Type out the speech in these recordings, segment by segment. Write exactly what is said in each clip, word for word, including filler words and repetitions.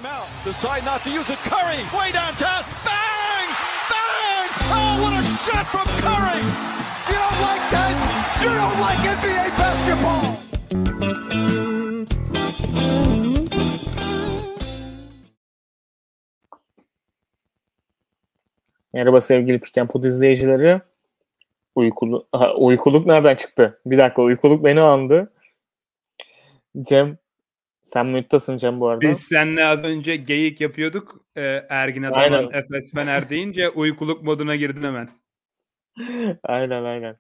Timeout. Decide not to use it. Curry, way downtown. Bang! Bang! Oh, what a shot from Curry! You don't like that? You don't like N B A basketball! Merhaba sevgili Pick and Pod izleyicileri. Uykulu, Aha, uykuluk nereden çıktı? Bir dakika, uykuluk beni andı. Cem, sen mute'tasın Cem bu arada. Biz seninle az önce geyik yapıyorduk. Ee, Ergin Ataman, Efes Fener deyince uykuluk moduna girdin hemen. aynen aynen.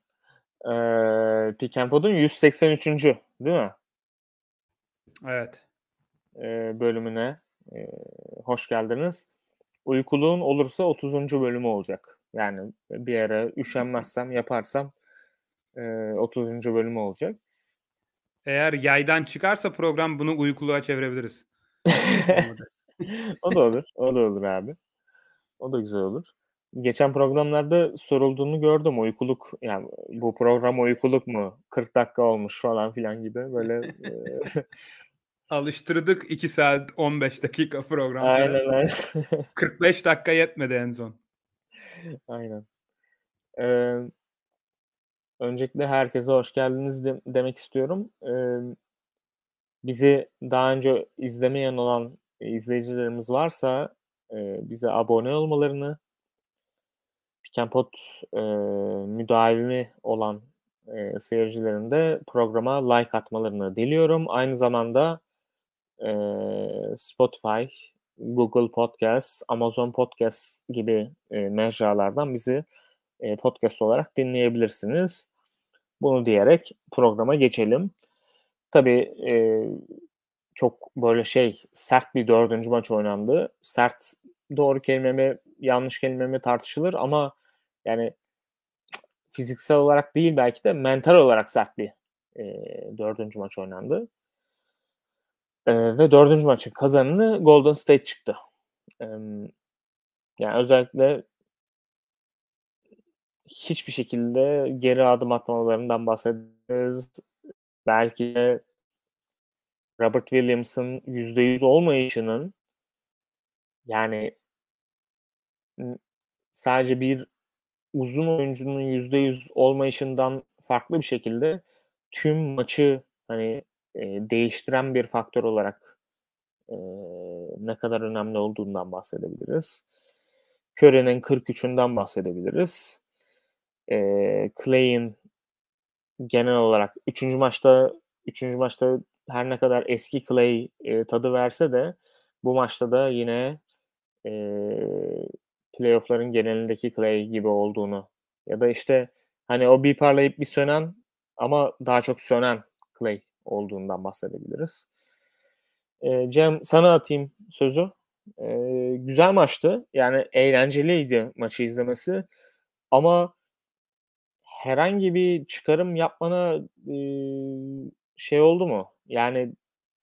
Ee, Pick and Pod'un yüz seksen üçüncü değil mi? Evet. Ee, bölümüne ee, hoş geldiniz. Uykuluğun olursa otuzuncu bölümü olacak. Yani bir ara üşenmezsem, yaparsam ee, otuzuncu bölümü olacak. Eğer yaydan çıkarsa program bunu uykuluğa çevirebiliriz. O da olur. O da olur abi. O da güzel olur. Geçen programlarda sorulduğunu gördüm. Uykuluk, yani bu program uykuluk mu? kırk dakika olmuş falan filan gibi böyle. Alıştırdık iki saat on beş dakika programlara. Aynen aynen. kırk beş dakika yetmedi en son. Aynen. Ee, öncelikle herkese hoş geldiniz de- demek istiyorum. Ee, bizi daha önce izlemeyen olan izleyicilerimiz varsa e, bize abone olmalarını, Pick and Pod e, müdavimi olan e, seyircilerin de programa like atmalarını diliyorum. Aynı zamanda e, Spotify, Google Podcast, Amazon Podcast gibi e, mecralardan bizi e, podcast olarak dinleyebilirsiniz. Bunu diyerek programa geçelim. Tabii e, çok böyle şey sert bir dördüncü maç oynandı. Sert doğru kelime mi yanlış kelime mi tartışılır ama yani fiziksel olarak değil belki de mental olarak sert bir e, dördüncü maç oynandı. E, ve dördüncü maçın kazananı Golden State çıktı. E, yani özellikle hiçbir şekilde geri adım atmalarından bahsederiz. Belki de Robert Williams'ın yüzde yüz olmayışının, yani sadece bir uzun oyuncunun yüzde yüz olmayışından farklı bir şekilde tüm maçı hani e, değiştiren bir faktör olarak e, ne kadar önemli olduğundan bahsedebiliriz. Curry'nin kırk üçünden bahsedebiliriz. E, Clay'in genel olarak üçüncü maçta üçüncü maçta her ne kadar eski Clay e, tadı verse de bu maçta da yine e, playoff'ların genelindeki Clay gibi olduğunu ya da işte hani o bir parlayıp bir sönen ama daha çok sönen Clay olduğundan bahsedebiliriz. E, Cem, sana atayım sözü. E, güzel maçtı. Yani eğlenceliydi maçı izlemesi. Ama herhangi bir çıkarım yapmana e, şey oldu mu? Yani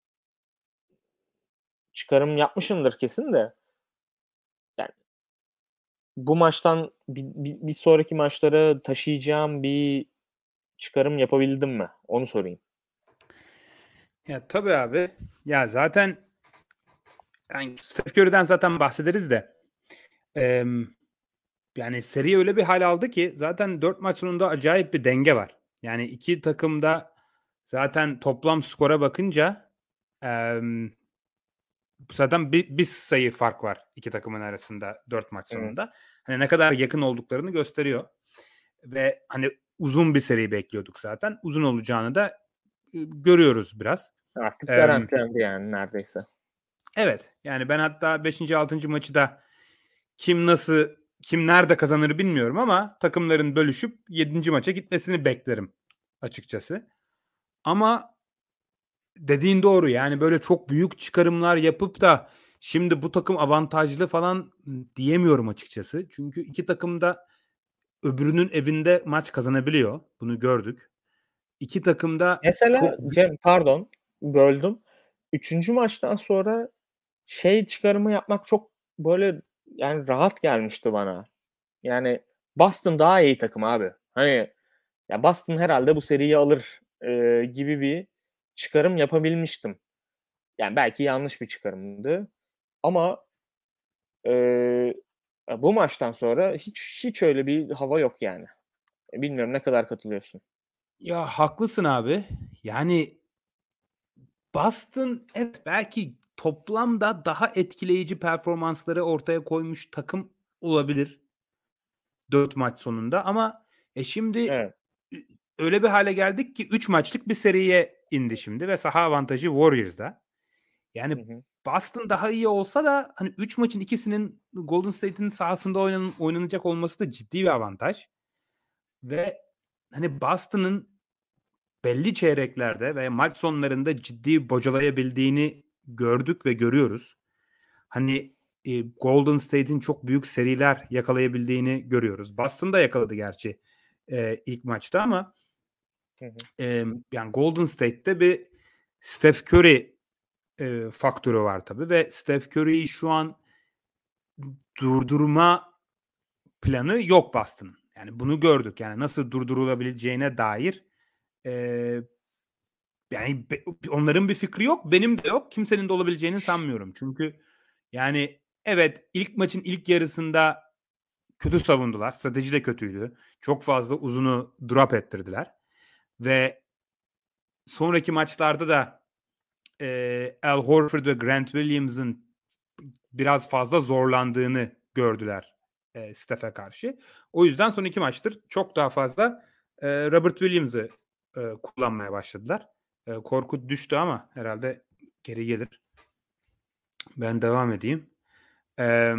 çıkarım yapmışımdır kesin de. Yani bu maçtan bir, bir, bir sonraki maçlara taşıyacağım bir çıkarım yapabildim mi? Onu sorayım. Ya tabii abi. Ya zaten yani Steph Curry'den zaten bahsederiz de e, yani seri öyle bir hal aldı ki zaten dört maç sonunda acayip bir denge var. Yani iki takımda zaten toplam skora bakınca e, zaten bir, bir sayı fark var iki takımın arasında dört maç sonunda. Evet. Hani ne kadar yakın olduklarını gösteriyor. Ve hani uzun bir seri bekliyorduk zaten. Uzun olacağını da e, görüyoruz biraz. Artık garantilendi ee, yani neredeyse. Evet. Yani ben hatta beşinci altıncı maçı da kim nasıl kim nerede kazanır bilmiyorum ama takımların bölüşüp yedinci maça gitmesini beklerim açıkçası. Ama dediğin doğru. Yani böyle çok büyük çıkarımlar yapıp da şimdi bu takım avantajlı falan diyemiyorum açıkçası. Çünkü iki takım da öbürünün evinde maç kazanabiliyor. Bunu gördük. İki takım da mesela çok... Cem, pardon böldüm. Üçüncü maçtan sonra şey çıkarımı yapmak çok böyle yani rahat gelmişti bana. Yani Boston daha iyi takım abi. Hani ya Boston herhalde bu seriyi alır e, gibi bir çıkarım yapabilmiştim. Yani belki yanlış bir çıkarımdı. Ama e, bu maçtan sonra hiç hiç öyle bir hava yok yani. Bilmiyorum ne kadar katılıyorsun? Ya haklısın abi. Yani Boston evet belki toplamda daha etkileyici performansları ortaya koymuş takım olabilir dört maç sonunda ama e şimdi Evet. öyle bir hale geldik ki üç maçlık bir seriye indi şimdi ve saha avantajı Warriors'da. Yani Hı hı. Boston daha iyi olsa da hani üç maçın ikisinin Golden State'in sahasında oynan- oynanacak olması da ciddi bir avantaj. Ve hani Boston'ın belli çeyreklerde ve maç sonlarında ciddi bocalayabildiğini gördük ve görüyoruz. Hani e, Golden State'in çok büyük seriler yakalayabildiğini görüyoruz. Boston da yakaladı gerçi e, ilk maçta ama Hı hı. e, yani Golden State'te bir Steph Curry e, faktörü var tabii ve Steph Curry'yi şu an durdurma planı yok Boston'ın. Yani bunu gördük. Yani nasıl durdurulabileceğine dair e, yani be, onların bir fikri yok. Benim de yok. Kimsenin de olabileceğini sanmıyorum. Çünkü yani evet ilk maçın ilk yarısında kötü savundular. Strateji de kötüydü. Çok fazla uzunu drop ettirdiler. Ve sonraki maçlarda da e, Al Horford ve Grant Williams'ın biraz fazla zorlandığını gördüler e, Steph'e karşı. O yüzden son iki maçtır çok daha fazla e, Robert Williams'ı e, kullanmaya başladılar. E, Korkut düştü ama herhalde geri gelir. Ben devam edeyim. E,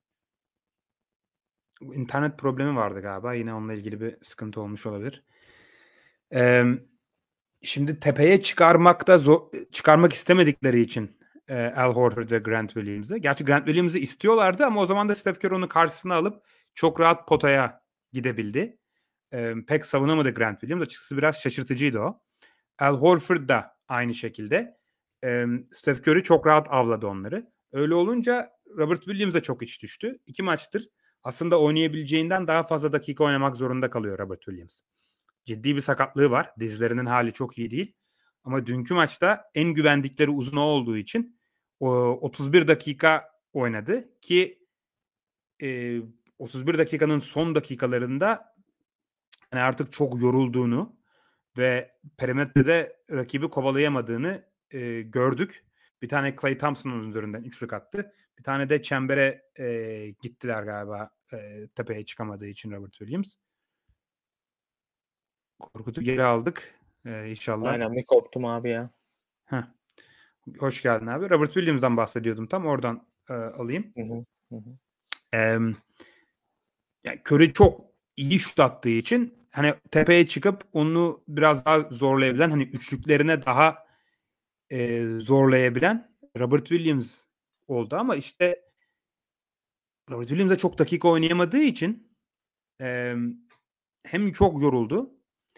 internet problemi vardı galiba. Yine onunla ilgili bir sıkıntı olmuş olabilir. E, şimdi tepeye çıkarmakta zor, çıkarmak istemedikleri için e, Al Horford ve Grant Williams'ı. Gerçi Grant Williams'ı istiyorlardı ama o zaman da Steph Curry onu karşısına alıp çok rahat potaya gidebildi. E, pek savunamadı Grant Williams. Açıkçası biraz şaşırtıcıydı o. Al Horford da aynı şekilde. E, Steph Curry çok rahat avladı onları. Öyle olunca Robert Williams'a çok iç düştü. İki maçtır aslında oynayabileceğinden daha fazla dakika oynamak zorunda kalıyor Robert Williams. Ciddi bir sakatlığı var. Dizlerinin hali çok iyi değil. Ama dünkü maçta en güvendikleri uzun olduğu için otuz bir dakika oynadı ki e, otuz bir dakikanın son dakikalarında yani artık çok yorulduğunu ve perimetrede rakibi kovalayamadığını e, gördük. Bir tane Klay Thompson'ın üzerinden üçlük attı. Bir tane de çembere e, gittiler galiba e, tepeye çıkamadığı için Robert Williams. Korkut'u geri aldık. Ee, inşallah. Aynen bir koptum abi ya. Heh. Hoş geldin abi. Robert Williams'dan bahsediyordum. Tam oradan e, alayım. Hı hı. Hı hı. Ee, yani Curry çok iyi şut attığı için hani tepeye çıkıp onu biraz daha zorlayabilen hani üçlüklerine daha e, zorlayabilen Robert Williams oldu ama işte Robert Williams'a çok dakika oynayamadığı için e, hem çok yoruldu.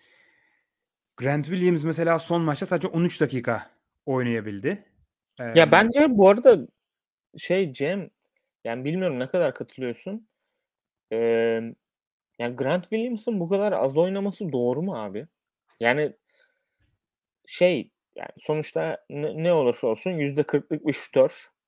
Grant Williams mesela son maçta sadece on üç dakika oynayabildi. E, Ya bence bu arada şey Cem, yani bilmiyorum ne kadar katılıyorsun. Ee, yani Grant Williams'ın bu kadar az oynaması doğru mu abi? Yani şey, yani sonuçta ne, ne olursa olsun yüzde kırklık bir şutör.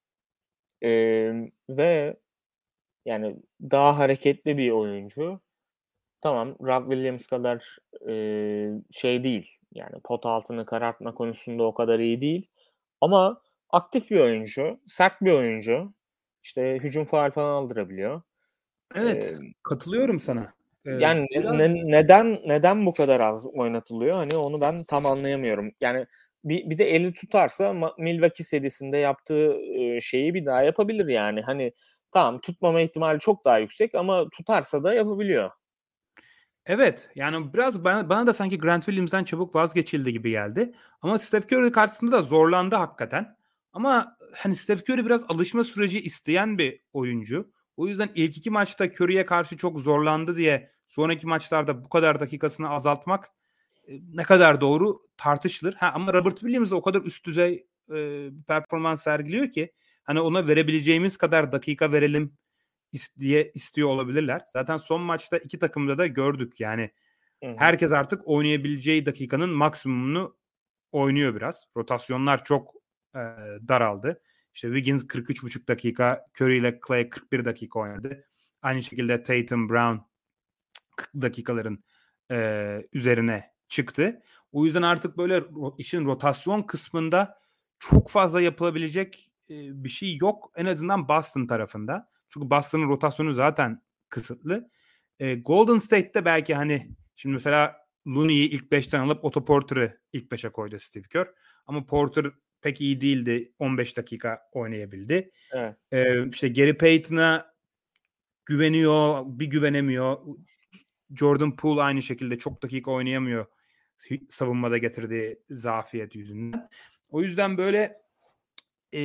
Ee, ve yani daha hareketli bir oyuncu. Tamam, Rob Williams kadar e, şey değil. Yani pot altını karartma konusunda o kadar iyi değil. Ama aktif bir oyuncu, sert bir oyuncu. İşte hücum faul falan aldırabiliyor. Ee, Evet, katılıyorum sana. Ee, yani ne- biraz ne- neden neden bu kadar az oynatılıyor? Hani onu ben tam anlayamıyorum. Yani bir, bir de eli tutarsa Ma- Milwaukee serisinde yaptığı e, şeyi bir daha yapabilir yani. Hani tamam, tutmama ihtimali çok daha yüksek ama tutarsa da yapabiliyor. evet yani biraz bana, bana da sanki Grant Williams'dan çabuk vazgeçildi gibi geldi. Ama Steph Curry karşısında da zorlandı hakikaten. Ama hani Steph Curry biraz alışma süreci isteyen bir oyuncu. O yüzden ilk iki maçta Curry'e karşı çok zorlandı diye sonraki maçlarda bu kadar dakikasını azaltmak e, ne kadar doğru tartışılır. Ha, ama Robert Williams da o kadar üst düzey e, performans sergiliyor ki hani ona verebileceğimiz kadar dakika verelim diye istiyor olabilirler. Zaten son maçta iki takımda da gördük. Yani Hı hı. herkes artık oynayabileceği dakikanın maksimumunu oynuyor biraz. Rotasyonlar çok e, daraldı. İşte Wiggins kırk üç buçuk dakika, Curry ile Clay kırk bir dakika oynadı. Aynı şekilde Tatum, Brown kırk dakikaların e, üzerine çıktı. O yüzden artık böyle işin rotasyon kısmında çok fazla yapılabilecek e, bir şey yok. En azından Boston tarafında. Çünkü Boston'ın rotasyonu zaten kısıtlı. E, Golden State'te belki hani şimdi mesela Looney'i ilk beşten alıp Otto Porter'ı ilk beşe koydu Steve Kerr. Ama Porter pek iyi değildi. on beş dakika oynayabildi. Evet. E, işte Gary Payton'a güveniyor, bir güvenemiyor. Jordan Poole aynı şekilde çok dakika oynayamıyor savunmada getirdiği zafiyet yüzünden. O yüzden böyle e,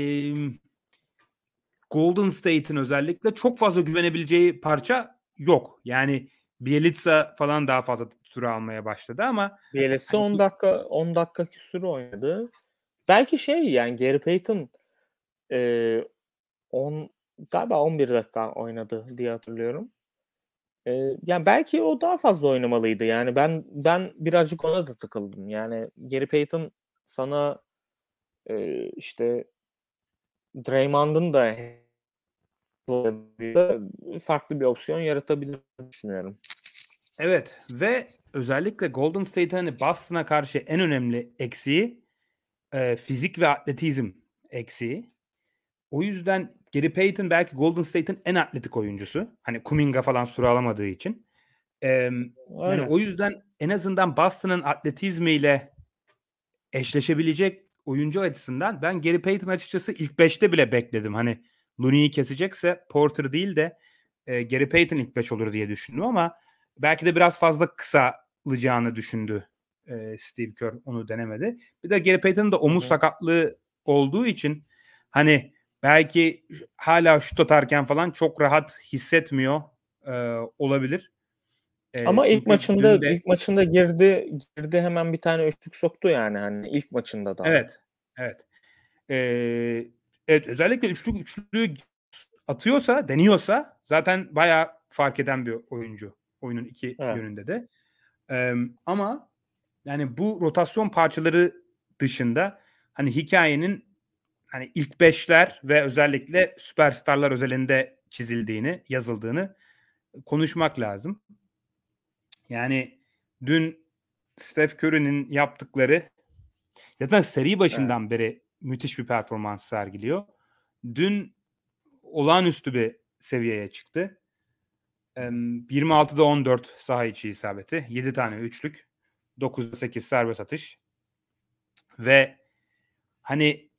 Golden State'in özellikle çok fazla güvenebileceği parça yok. Yani Bjelica falan daha fazla süre almaya başladı ama Bjelica on dakika on dakika küsur oynadı. Belki şey yani Gary Payton e, on galiba on bir dakika oynadı diye hatırlıyorum. E, yani belki o daha fazla oynamalıydı. Yani ben ben birazcık ona da takıldım. Yani Gary Payton sana e, işte Draymond'un da farklı bir opsiyon yaratabilir düşünüyorum. Evet ve özellikle Golden State'in hani Boston'a karşı en önemli eksiği e, fizik ve atletizm eksiği. O yüzden Gary Payton belki Golden State'in en atletik oyuncusu. Hani Kuminga falan süre alamadığı için. Ee, yani o yüzden en azından Boston'ın atletizmiyle eşleşebilecek oyuncu açısından ben Gary Payton açıkçası ilk beşte bile bekledim. Hani Looney'i kesecekse Porter değil de e, Gary Payton ilk beş olur diye düşündüm ama belki de biraz fazla kısalacağını düşündü e, Steve Kerr, onu denemedi. Bir de Gary Payton'ın da omuz sakatlığı olduğu için hani belki hala şut atarken falan çok rahat hissetmiyor e, olabilir. E, Ama ilk maçında de... ilk maçında girdi girdi hemen bir tane üçlük soktu yani hani ilk maçında da. Evet. Evet. Ee, evet özellikle üçlük üçlüğü atıyorsa, deniyorsa zaten bayağı fark eden bir oyuncu oyunun iki Evet. yönünde de. Ee, ama yani bu rotasyon parçaları dışında hani hikayenin hani ilk beşler ve özellikle süperstarlar özelinde çizildiğini, yazıldığını konuşmak lazım. Yani dün Steph Curry'nin yaptıkları zaten seri başından evet. beri müthiş bir performans sergiliyor. Dün olağanüstü bir seviyeye çıktı. yirmi altıda on dört saha içi isabeti, yedi tane üçlük, dokuzda sekiz serbest atış. Ve hani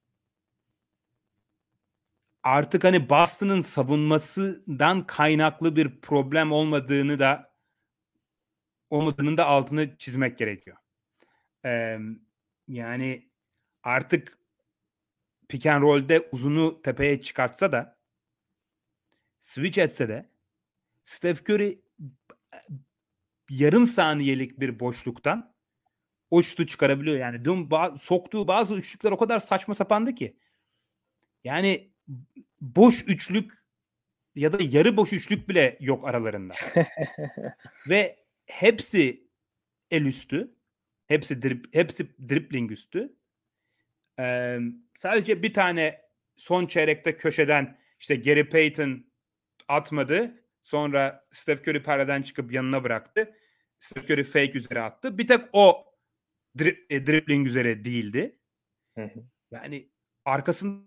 artık hani Boston'ın savunmasından kaynaklı bir problem olmadığını da olmadığının da altını çizmek gerekiyor. Ee, yani artık pick and roll'de uzunu tepeye çıkartsa da switch etse de Steph Curry yarım saniyelik bir boşluktan o şutu çıkarabiliyor. Yani dün ba- soktuğu bazı üçlükler o kadar saçma sapandı ki. Yani boş üçlük ya da yarı boş üçlük bile yok aralarında. Ve hepsi el üstü. Hepsi drip, hepsi dribbling üstü. Ee, sadece bir tane son çeyrekte köşeden işte Gary Payton atmadı. Sonra Steph Curry perdeden çıkıp yanına bıraktı. Steph Curry fake üzere attı. Bir tek o dri- e, dribbling üzere değildi. Hı hı. Yani arkasında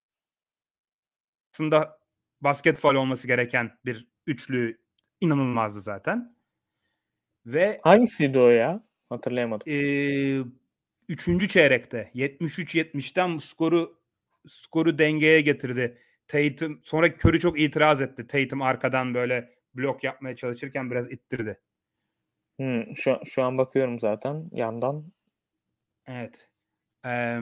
basket faul olması gereken bir üçlü inanılmazdı zaten. Ve hangisiydi o ya? Hatırlayamadım. E, üçüncü çeyrekte yetmiş üç yetmişten skoru skoru dengeye getirdi. Tatum sonra Curry çok itiraz etti. Tatum arkadan böyle blok yapmaya çalışırken biraz ittirdi. Hmm, şu, şu an bakıyorum zaten yandan. Evet. Ee,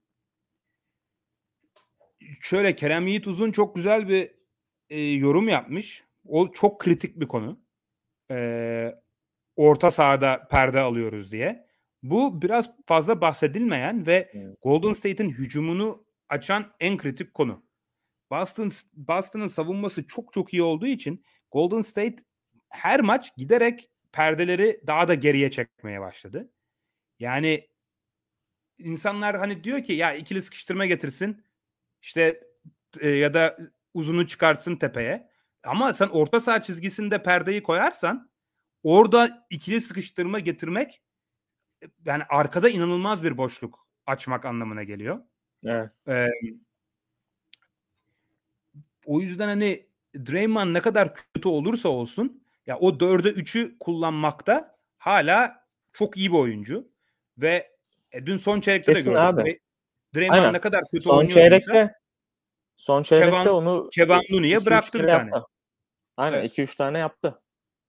şöyle Kerem Yiğit Uzun çok güzel bir e, yorum yapmış. O çok kritik bir konu. Ee, orta sahada perde alıyoruz diye. Bu biraz fazla bahsedilmeyen ve Hmm. Golden State'in hücumunu açan en kritik konu. Boston Boston'ın savunması çok çok iyi olduğu için Golden State her maç giderek perdeleri daha da geriye çekmeye başladı. Yani insanlar hani diyor ki ya ikili sıkıştırma getirsin. İşte e, ya da uzunu çıkarsın tepeye. Ama sen orta saha çizgisinde perdeyi koyarsan orada ikili sıkıştırma getirmek yani arkada inanılmaz bir boşluk açmak anlamına geliyor. Evet. Ee, o yüzden hani Draymond ne kadar kötü olursa olsun ya o dörde üçü kullanmakta hala çok iyi bir oyuncu. Ve e, dün son çeyrekte de Kesin gördük. abi. Dray- Draymond Aynen. ne kadar kötü Son oynuyorduysa çeyrekte son çeyrekte Kevin, onu Kevin Looney'e iki üç bıraktı kere bir tane. yaptı. Aynen Evet. iki üç tane yaptı.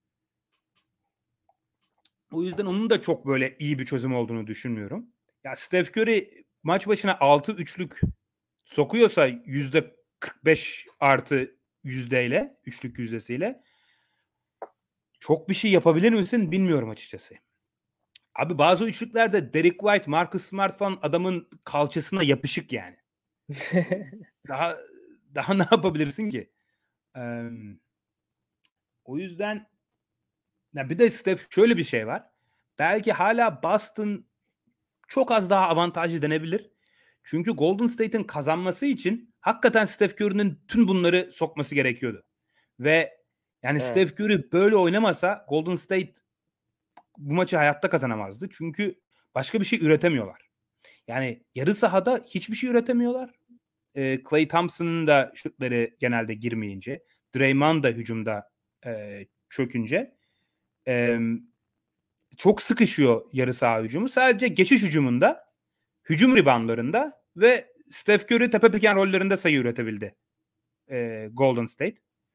O yüzden onun da çok böyle iyi bir çözüm olduğunu düşünmüyorum. Ya Steph Curry maç başına altı üçlük sokuyorsa yüzde kırk beş artı yüzdeyle, üçlük yüzdesiyle çok bir şey yapabilir misin bilmiyorum açıkçası. Abi bazı üçlüklerde Derek White, Marcus Smart falan adamın kalçasına yapışık yani. Daha daha ne yapabilirsin ki? Ee, o yüzden ya bir de Steph şöyle bir şey var. Belki hala Boston çok az daha avantajlı denebilir. Çünkü Golden State'in kazanması için hakikaten Steph Curry'nin tüm bunları sokması gerekiyordu. Ve yani Evet. Steph Curry böyle oynamasa Golden State bu maçı hayatta kazanamazdı. Çünkü başka bir şey üretemiyorlar. Yani yarı sahada hiçbir şey üretemiyorlar. E, Klay Thompson'ın da şutları genelde girmeyince, Draymond da hücumda e, çökünce e, çok sıkışıyor yarı saha hücumu. Sadece geçiş hücumunda, hücum reboundlarında ve Steph Curry tepe piken rollerinde sayı üretebildi e, Golden State.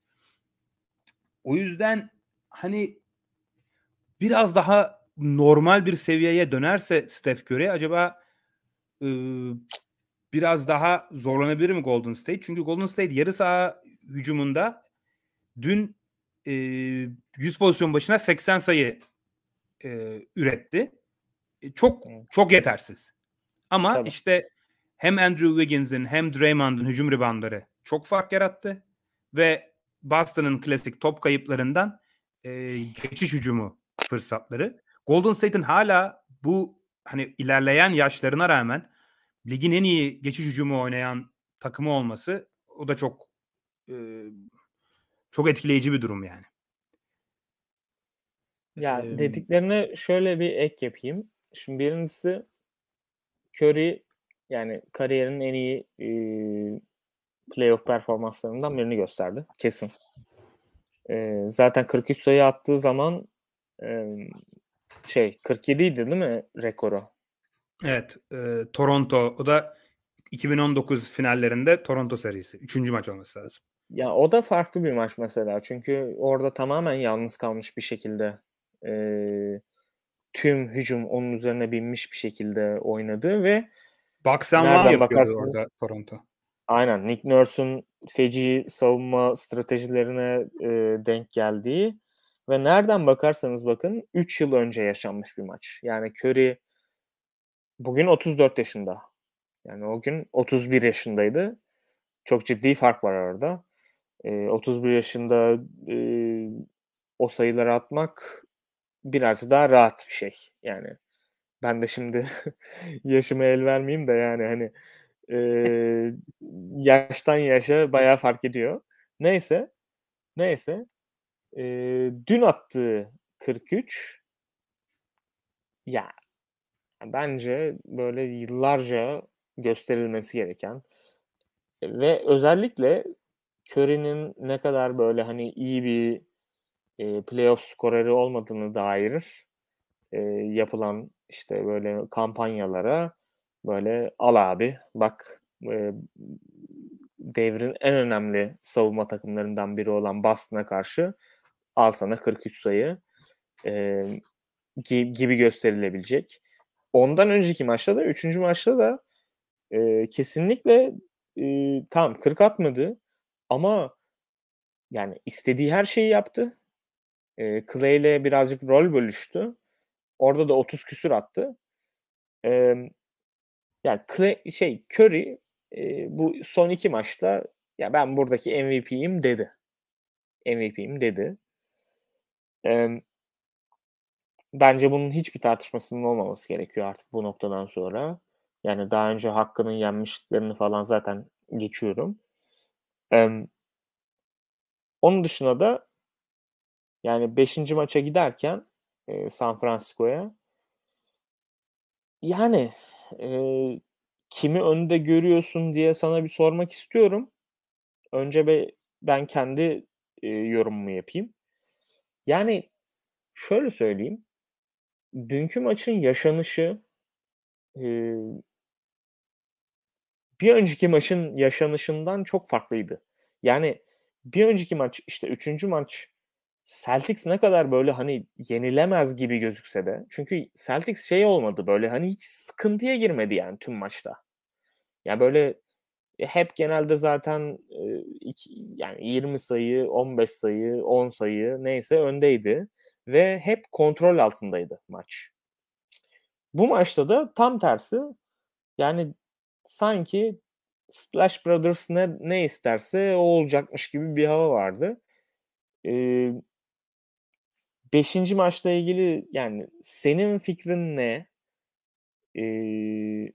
O yüzden hani biraz daha normal bir seviyeye dönerse Steph Curry acaba e, biraz daha zorlanabilir mi Golden State? Çünkü Golden State yarı saha hücumunda dün e, yüz pozisyon başına seksen sayı e, üretti. E, çok çok yetersiz. Ama Tabii. işte hem Andrew Wiggins'in hem Draymond'un hücum reboundları çok fark yarattı ve Boston'ın klasik top kayıplarından e, geçiş hücumu fırsatları. Golden State'in hala bu hani ilerleyen yaşlarına rağmen ligin en iyi geçiş hücumu oynayan takımı olması o da çok e, çok etkileyici bir durum yani. Ya Ee, dediklerine şöyle bir ek yapayım. Şimdi birincisi Curry yani kariyerinin en iyi e, playoff performanslarından birini gösterdi. Kesin. E, zaten kırk üç sayı attığı zaman e, şey kırk yedi idi değil mi rekoru? evet. E, Toronto o da iki bin on dokuz finallerinde Toronto serisi. Üçüncü maç olması lazım. Ya o da farklı bir maç mesela. Çünkü orada tamamen yalnız kalmış bir şekilde e, tüm hücum onun üzerine binmiş bir şekilde oynadı ve Box and one nereden yapıyordu bakarsınız orada Toronto. aynen Nick Nurse'un feci savunma stratejilerine e, denk geldiği ve nereden bakarsanız bakın üç yıl önce yaşanmış bir maç. Yani Curry bugün otuz dört yaşında. Yani o gün otuz bir yaşındaydı. Çok ciddi fark var orada. E, otuz bir yaşında e, o sayıları atmak biraz daha rahat bir şey. Yani ben de şimdi yaşıma el vermeyeyim de yani hani e, yaştan yaşa bayağı fark ediyor. Neyse. Neyse. E, dün attığı kırk üç ya bence böyle yıllarca gösterilmesi gereken ve özellikle Curry'nin ne kadar böyle hani iyi bir e, playoff skoreri olmadığını dair e, yapılan işte böyle kampanyalara böyle al abi bak e, devrin en önemli savunma takımlarından biri olan Boston'a karşı al sana kırk üç sayı e, gibi gösterilebilecek. Ondan önceki maçta da üçüncü maçta da e, kesinlikle e, tam kırk atmadı ama yani istediği her şeyi yaptı. E, Clay'le birazcık rol bölüştü. Orada da otuz küsür attı. E, yani Clay, şey Curry e, bu son iki maçta ya ben buradaki M V P'yim dedi. M V P'yim dedi. E, bence bunun hiçbir tartışmasının olmaması gerekiyor artık bu noktadan sonra. Yani daha önce hakkının yenmişliklerini falan zaten geçiyorum. Emm, onun dışında da yani beşinci maça giderken, eee, San Francisco'ya yani, eee, kimi önde görüyorsun diye sana bir sormak istiyorum. Önce bir ben kendi, eee, yorumumu yapayım. Yani, şöyle söyleyeyim, dünkü maçın yaşanışı, eee bir önceki maçın yaşanışından çok farklıydı. Yani, bir önceki maç, işte, üçüncü maç Celtics ne kadar, böyle, hani, yenilemez gibi gözükse de çünkü Celtics şey olmadı, böyle, hani, hiç sıkıntıya girmedi, yani, tüm maçta. Ya, böyle, e, hep genelde zaten, eee, iki yani, yirmi sayı, on beş sayı, on sayı neyse öndeydi ve hep kontrol altındaydı maç. Bu maçta da tam tersi, yani, sanki Splash Brothers ne ne isterse o olacakmış gibi bir hava vardı. Eee beşinci maçla ilgili, yani, senin fikrin ne? Eee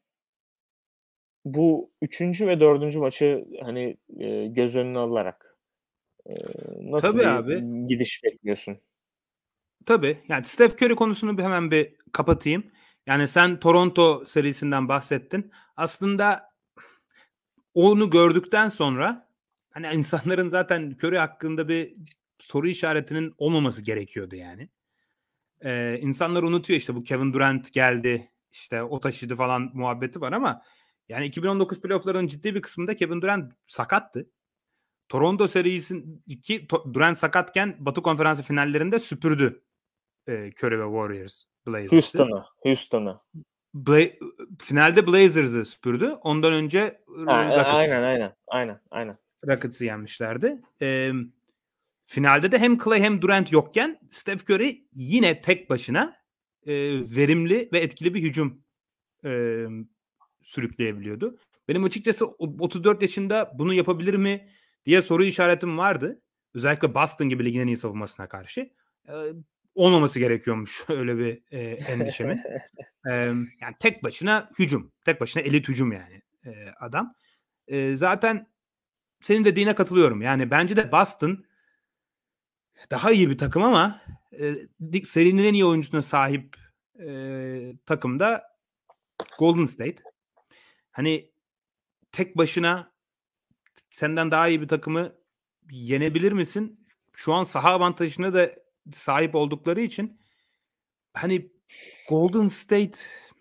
bu üçüncü ve dördüncü maçı, hani, eee, göz önüne alarak, eee, nasıl Tabii bir abi. gidiş bekliyorsun? Tabii. Yani Steph Curry konusunu bir hemen bir kapatayım. Yani sen Toronto serisinden bahsettin. Aslında onu gördükten sonra hani insanların zaten Curry hakkında bir soru işaretinin olmaması gerekiyordu yani. Eee, insanlar unutuyor işte bu Kevin Durant geldi, işte o taşıdı falan muhabbeti var ama yani iki bin on dokuz playoff'larının ciddi bir kısmında Kevin Durant sakattı. Toronto serisinin iki Durant sakatken Batı Konferansı finallerinde süpürdü eee, Curry ve Warriors Blazers'ı. Houston'ı, Houston'ı. Bla- finalde Blazers'ı süpürdü. Ondan önce Ha, e, e Rockets'ı aynen, aynen, aynen, aynen. Rockets'ı yenmişlerdi. Eee, finalde de hem Clay hem Durant yokken Steph Curry yine tek başına e, verimli ve etkili bir hücum e, sürükleyebiliyordu. Benim açıkçası otuz dört yaşında bunu yapabilir mi diye soru işaretim vardı. Özellikle Boston gibi ligin en iyi savunmasına karşı. E, olmaması gerekiyormuş öyle bir e, endişemin. E, yani tek başına hücum. Tek başına elit hücum yani e, adam. E, zaten senin dediğine katılıyorum. Yani bence de Boston daha iyi bir takım ama e, serinin en iyi oyuncusuna sahip e, takımda Golden State. Hani tek başına senden daha iyi bir takımı yenebilir misin? Şu an saha avantajına da sahip oldukları için hani Golden State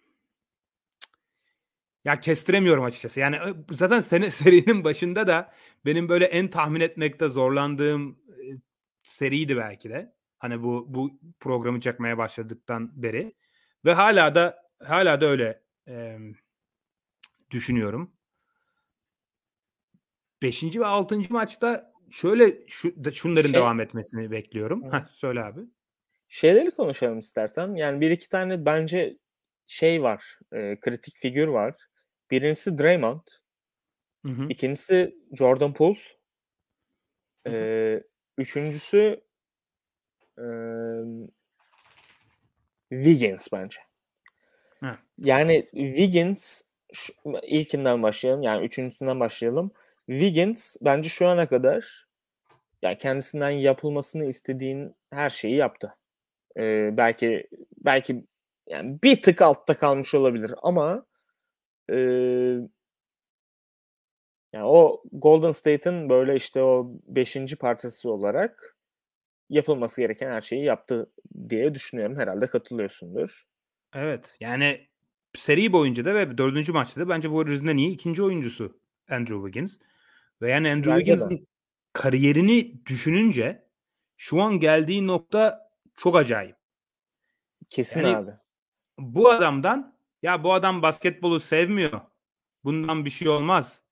ya kestiremiyorum açıkçası. Yani zaten sene, serinin başında da benim böyle en tahmin etmekte zorlandığım e, seriydi belki de. Hani bu bu programı çekmeye başladıktan beri ve hala da hala da öyle e, düşünüyorum. Beşinci ve altıncı maçta şöyle şu, şunların Şey devam etmesini bekliyorum. Heh, söyle abi. şeyleri konuşalım istersen. Yani bir iki tane bence şey var, eee, kritik figür var. Birincisi Draymond, Hı hı. ikincisi Jordan Poole, Hı hı. eee, üçüncüsü emm, Wiggins bence. Heh. Yani Wiggins ş ilkinden başlayalım, yani üçüncüsünden başlayalım. Wiggins bence şu ana kadar ya kendisinden yapılmasını istediğin her şeyi yaptı. Eee, belki belki yani bir tık altta kalmış olabilir ama eee yani o Golden State'in böyle işte o beşinci parçası olarak yapılması gereken her şeyi yaptı diye düşünüyorum. Herhâlde katılıyorsundur. Evet. Yani seri boyunca da ve dördüncü maçta da bence Warriors'ın en iyi ikinci oyuncusu Andrew Wiggins. Ve yani Andrew Bence de. Wiggins'in kariyerini düşününce şu an geldiği nokta çok acayip. Kesin Yani abi. bu adamdan ya bu adam basketbolu sevmiyor. Bundan bir şey olmaz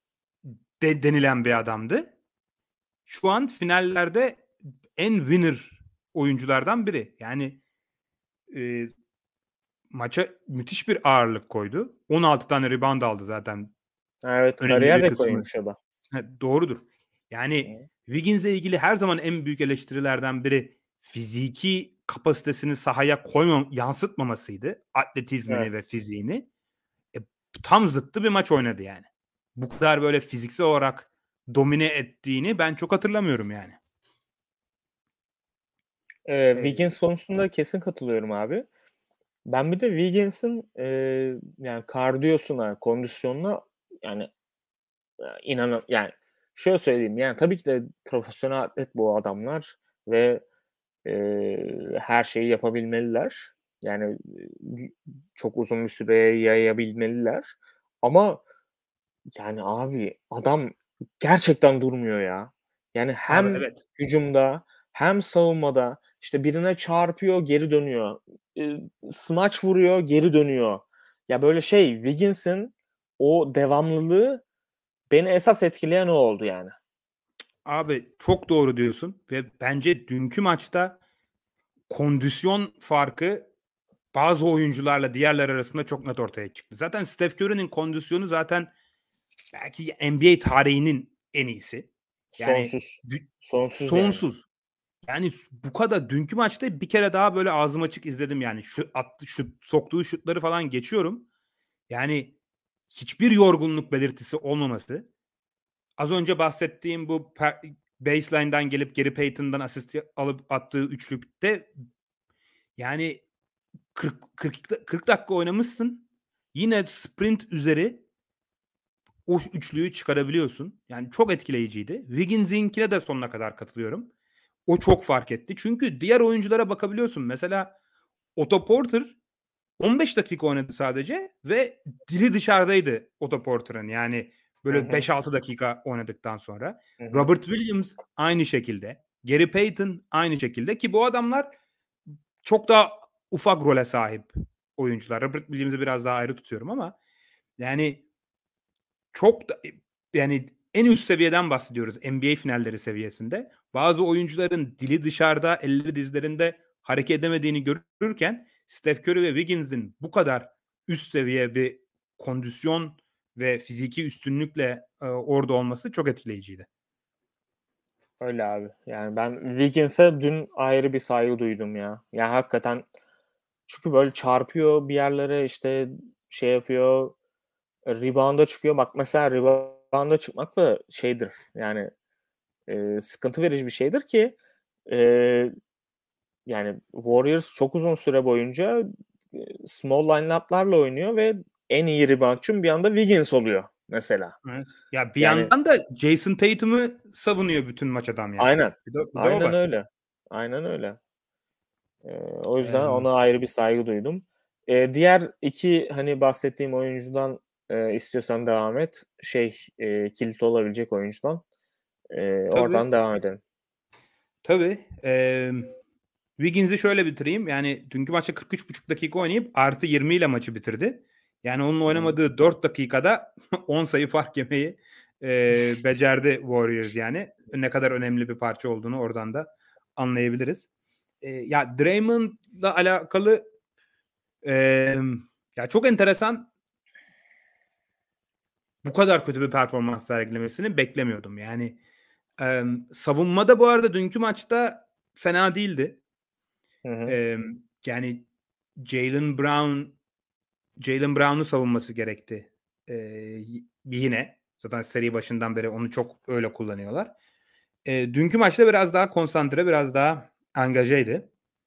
de denilen bir adamdı. Şu an finallerde en winner oyunculardan biri. Yani e, maça müthiş bir ağırlık koydu. on altı tane rebound aldı zaten. Evet, Önemli kariyer bir kısmı. rekoruymuş o da. Ha, doğrudur. Yani Hı. Wiggins'le ilgili her zaman en büyük eleştirilerden biri fiziki kapasitesini sahaya koymam, yansıtmamasıydı. Evet. Atletizmini ve fiziğini. E, tam zıttı bir maç oynadı yani. Bu kadar böyle fiziksel olarak domine ettiğini ben çok hatırlamıyorum yani. Ee, Wiggins konusunda kesin katılıyorum abi. Ben bir de Wiggins'in e, yani kardiyosuna, kondisyonuna yani inan yani şöyle söyleyeyim yani tabii ki de profesyonel atlet bu adamlar ve e, her şeyi yapabilmeliler. Yani çok uzun bir süreye yayabilmeliler. Ama yani abi adam gerçekten durmuyor ya. Yani Abi hem evet. hücumda hem savunmada işte birine çarpıyor, geri dönüyor. E, smaç vuruyor, geri dönüyor. Ya böyle şey Wiggins'in o devamlılığı beni esas etkileyen o oldu yani. Abi çok doğru diyorsun ve bence dünkü maçta kondisyon farkı bazı oyuncularla diğerler arasında çok net ortaya çıktı. Zaten Steph Curry'nin kondisyonu zaten belki N B A tarihinin en iyisi. Yani Sonsuz. dü- Sonsuz yani. sonsuz. Yani bu kadar dünkü maçta bir kere daha böyle ağzım açık izledim yani. Şu attı, şu soktuğu şutları falan geçiyorum. Yani hiçbir yorgunluk belirtisi olmaması. Az önce bahsettiğim bu per- baseline'dan gelip Gary Payton'dan asist alıp attığı üçlükte yani kırk, kırk, kırk dakika oynamışsın. Yine sprint üzeri o üçlüyü çıkarabiliyorsun. Yani çok etkileyiciydi. Wiggins'inkine de sonuna kadar katılıyorum. O çok fark etti. Çünkü diğer oyunculara bakabiliyorsun. Mesela Otto Porter on beş dakika oynadı sadece ve dili dışarıdaydı Otto Porter'ın. Yani Hı böyle hı. beş altı dakika oynadıktan sonra. Hı hı. Robert Williams aynı şekilde. Gary Payton aynı şekilde ki bu adamlar çok daha ufak role sahip oyuncular. Robert Williams'ı biraz daha ayrı tutuyorum ama yani çok da yani en üst seviyeden bahsediyoruz N B A finalleri seviyesinde. Bazı oyuncuların dili dışarıda, elleri dizlerinde hareket edemediğini görürken Steph Curry ve Wiggins'in bu kadar üst seviye bir kondisyon ve fiziki üstünlükle e, orada olması çok etkileyiciydi. Öyle abi. Yani ben Wiggins'e dün ayrı bir saygı duydum ya. Ya hakikaten çünkü böyle çarpıyor bir yerlere işte şey yapıyor rebound'a çıkıyor. Bak mesela rebound'a çıkmak da şeydir yani e, sıkıntı verici bir şeydir ki e, yani Warriors çok uzun süre boyunca e, small line-up'larla oynuyor ve en iyi reboundçım bir anda Wiggins oluyor mesela. Evet. Ya bir Yani yandan da Jason Tatum'u savunuyor bütün maç adam yani. aynen. Bir de, bir de o Aynen var. öyle. Aynen öyle. Ee, o yüzden Ee, ona ayrı bir saygı duydum. Ee, diğer iki hani bahsettiğim oyuncudan e, istiyorsan devam et. Şey e, kilit olabilecek oyuncudan. E, tabii. oradan devam edelim. Tabii. Ee, Wiggins'i şöyle bitireyim. Yani dünkü maçta kırk üç buçuk dakika oynayıp artı yirmi ile maçı bitirdi. Yani onun Hı-hı. oynamadığı dört dakikada on sayı fark yemeyi e, becerdi Warriors yani. Ne kadar önemli bir parça olduğunu oradan da anlayabiliriz. E, ya Draymond'la alakalı e, ya çok enteresan bu kadar kötü bir performans sergilemesini beklemiyordum. Yani e, savunmada bu arada dünkü maçta fena değildi. Hı-hı. E, yani Jaylen Brown Jaylen Brown'u savunması gerekti. E, yine zaten seri başından beri onu çok öyle kullanıyorlar. E, dünkü maçta biraz daha konsantre, biraz daha angajeydi.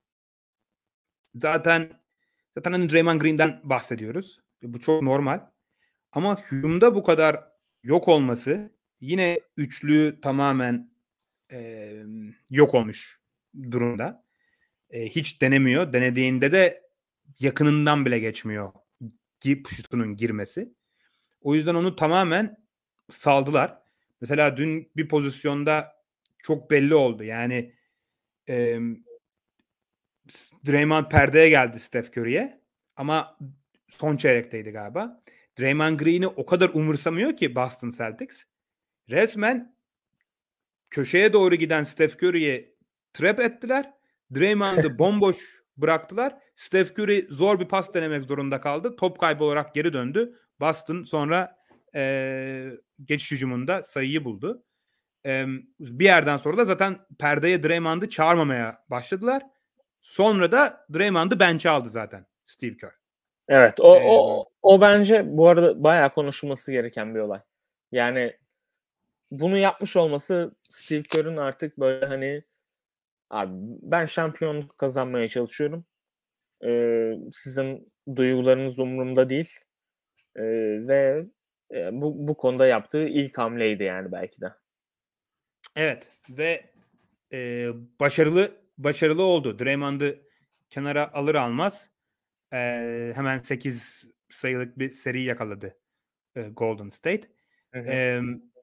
Zaten zaten hani Draymond Green'den bahsediyoruz. Bu çok normal. Ama hücumda bu kadar yok olması yine üçlü tamamen e, yok olmuş durumda. E, hiç denemiyor. Denediğinde de yakınından bile geçmiyor şutunun girmesi. O yüzden onu tamamen saldılar. Mesela dün bir pozisyonda çok belli oldu. Yani e, Draymond perdeye geldi Steph Curry'e ama son çeyrekteydi galiba. Draymond Green'i o kadar umursamıyor ki Boston Celtics. Resmen köşeye doğru giden Steph Curry'yi trap ettiler. Draymond'ı bomboş bıraktılar. Steph Curry zor bir pas denemek zorunda kaldı. Top kaybı olarak geri döndü. Boston sonra e, geçiş hücumunda sayıyı buldu. E, bir yerden sonra da zaten perdeye Draymond'ı çağırmamaya başladılar. Sonra da Draymond'ı bench'e aldı zaten Steve Kerr. Evet, o, E, o o bence bu arada bayağı konuşulması gereken bir olay. Yani bunu yapmış olması Steve Kerr'ın artık böyle hani abi ben şampiyonluk kazanmaya çalışıyorum. Ee, sizin duygularınız umurumda değil. Ee, ve e, bu, bu konuda yaptığı ilk hamleydi yani belki de. Evet ve e, başarılı başarılı oldu. Draymond'ı kenara alır almaz e, hemen sekiz sayılık bir seri yakaladı e, Golden State. Hı hı. E,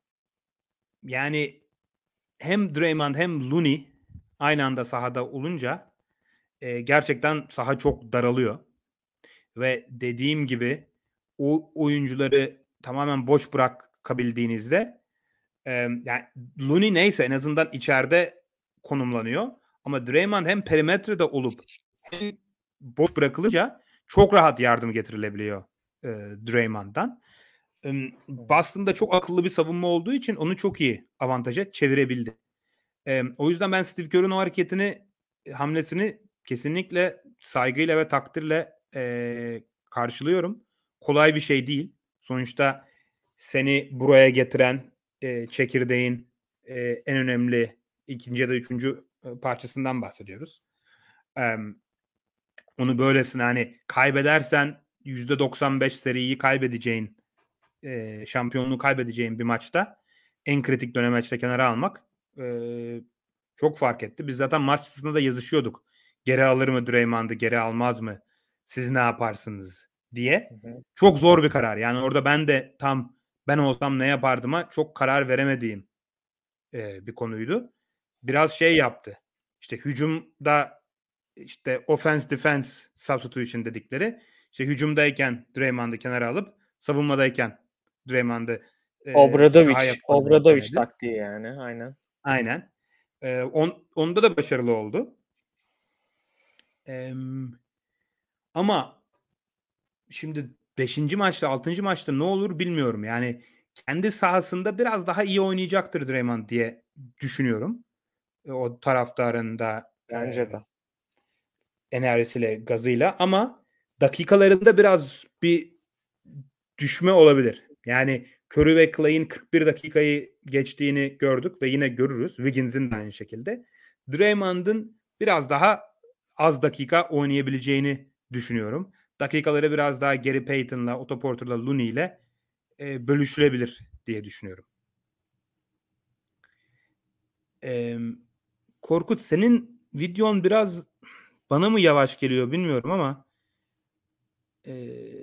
yani hem Draymond hem Looney aynı anda sahada olunca e, gerçekten saha çok daralıyor. Ve dediğim gibi o oyuncuları tamamen boş bırakabildiğinizde e, yani Looney neyse en azından içeride konumlanıyor. Ama Draymond hem perimetrede olup hem boş bırakılınca çok rahat yardım getirilebiliyor e, Draymond'dan. E, Boston'da çok akıllı bir savunma olduğu için onu çok iyi avantaja çevirebildi. E, o yüzden ben Steve Kerr'ın o hareketini, hamlesini kesinlikle saygıyla ve takdirle e, karşılıyorum. Kolay bir şey değil. Sonuçta seni buraya getiren e, çekirdeğin e, en önemli ikinci ya da üçüncü e, parçasından bahsediyoruz. E, onu böylesine hani kaybedersen yüzde doksan beş seriyi kaybedeceğin, e, şampiyonluğu kaybedeceğin bir maçta en kritik dönemeçte kenara almak e, çok fark etti. Biz zaten maç sırasında da yazışıyorduk. Geri alır mı Draymond'ı, geri almaz mı? Siz ne yaparsınız diye. Hı hı. Çok zor bir karar. Yani orada ben de tam ben olsam ne yapardım'a çok karar veremediğim e, bir konuydu. Biraz şey yaptı. İşte hücumda işte offense defense substitution dedikleri. İşte hücumdayken Draymond'ı kenara alıp savunmadayken Draymond'ı e, sahaya Obradoviç, koymayı Obradoviç denedi. taktiği yani aynen. Aynen. E, on, onda da başarılı oldu. E, ama şimdi beşinci maçta, altıncı maçta ne olur bilmiyorum. Yani kendi sahasında biraz daha iyi oynayacaktır Draymond diye düşünüyorum. E, o taraftarın da e, Bence de. enerjisiyle, gazıyla ama dakikalarında biraz bir düşme olabilir. Yani Curry ve Clay'in kırk bir dakikayı geçtiğini gördük ve yine görürüz. Wiggins'in de aynı şekilde. Draymond'ın biraz daha az dakika oynayabileceğini düşünüyorum. Dakikaları biraz daha Gary Payton'la, Otto Porter'la, Looney'le e, bölüşülebilir diye düşünüyorum. E, Korkut, senin videon biraz bana mı yavaş geliyor bilmiyorum ama e,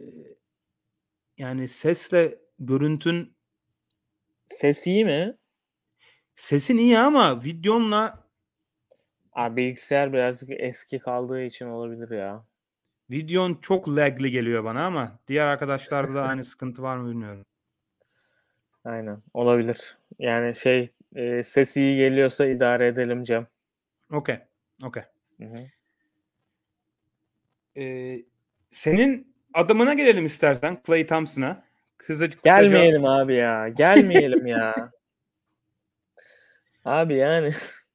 yani sesle görüntün Ses iyi mi? sesin iyi ama videonla Abi bilgisayar birazcık eski kaldığı için olabilir ya. videon çok lagli geliyor bana ama diğer arkadaşlarda da aynı sıkıntı var mı bilmiyorum. Aynen olabilir. Yani şey e, ses iyi geliyorsa idare edelim Cem. Okey. Okey. Hı hı. Ee, senin adımına gelelim istersen. Klay Thompson'a. Kısaca, kısaca Gelmeyelim abi ya. Gelmeyelim ya. Abi yani.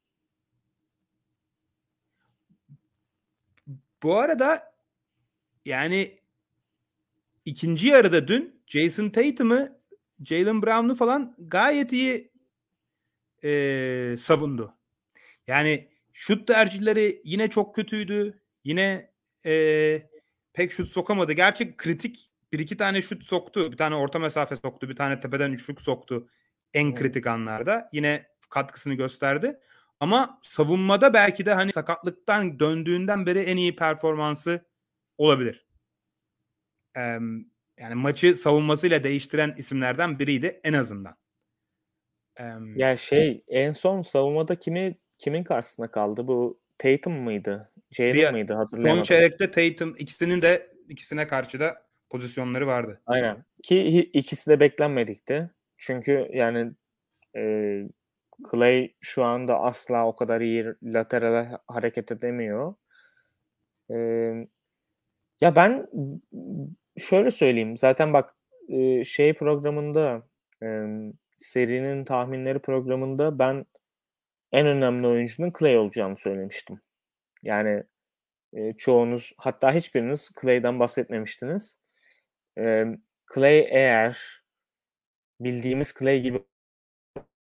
bu arada yani ikinci yarıda dün Jason Tatum'ı, Jaylen Brown'u falan gayet iyi e, savundu. Yani şut tercihleri yine çok kötüydü. Yine e, pek şut sokamadı. Gerçi kritik bir iki tane şut soktu. Bir tane orta mesafe soktu. Bir tane tepeden üçlük soktu. En Hı. kritik anlarda. Yine katkısını gösterdi. Ama savunmada belki de hani sakatlıktan döndüğünden beri en iyi performansı olabilir. Ee, yani maçı savunmasıyla değiştiren isimlerden biriydi en azından. Ee, Ya şey en son savunmada kimi kimin karşısına kaldı? Bu Tatum mıydı? Jalen bir mıydı? son Hatırlayamadım. çeyrekte Tatum ikisinin de ikisine karşı da pozisyonları vardı. Aynen. Ki hi- ikisi de beklenmedikti. Çünkü yani e, Clay şu anda asla o kadar iyi laterale hareket edemiyor. E, ya ben şöyle söyleyeyim. Zaten bak e, şey programında e, serinin tahminleri programında ben en önemli oyuncunun Clay olacağını söylemiştim. Yani e, çoğunuz hatta hiçbiriniz Clay'den bahsetmemiştiniz. E, Clay eğer bildiğimiz Clay gibi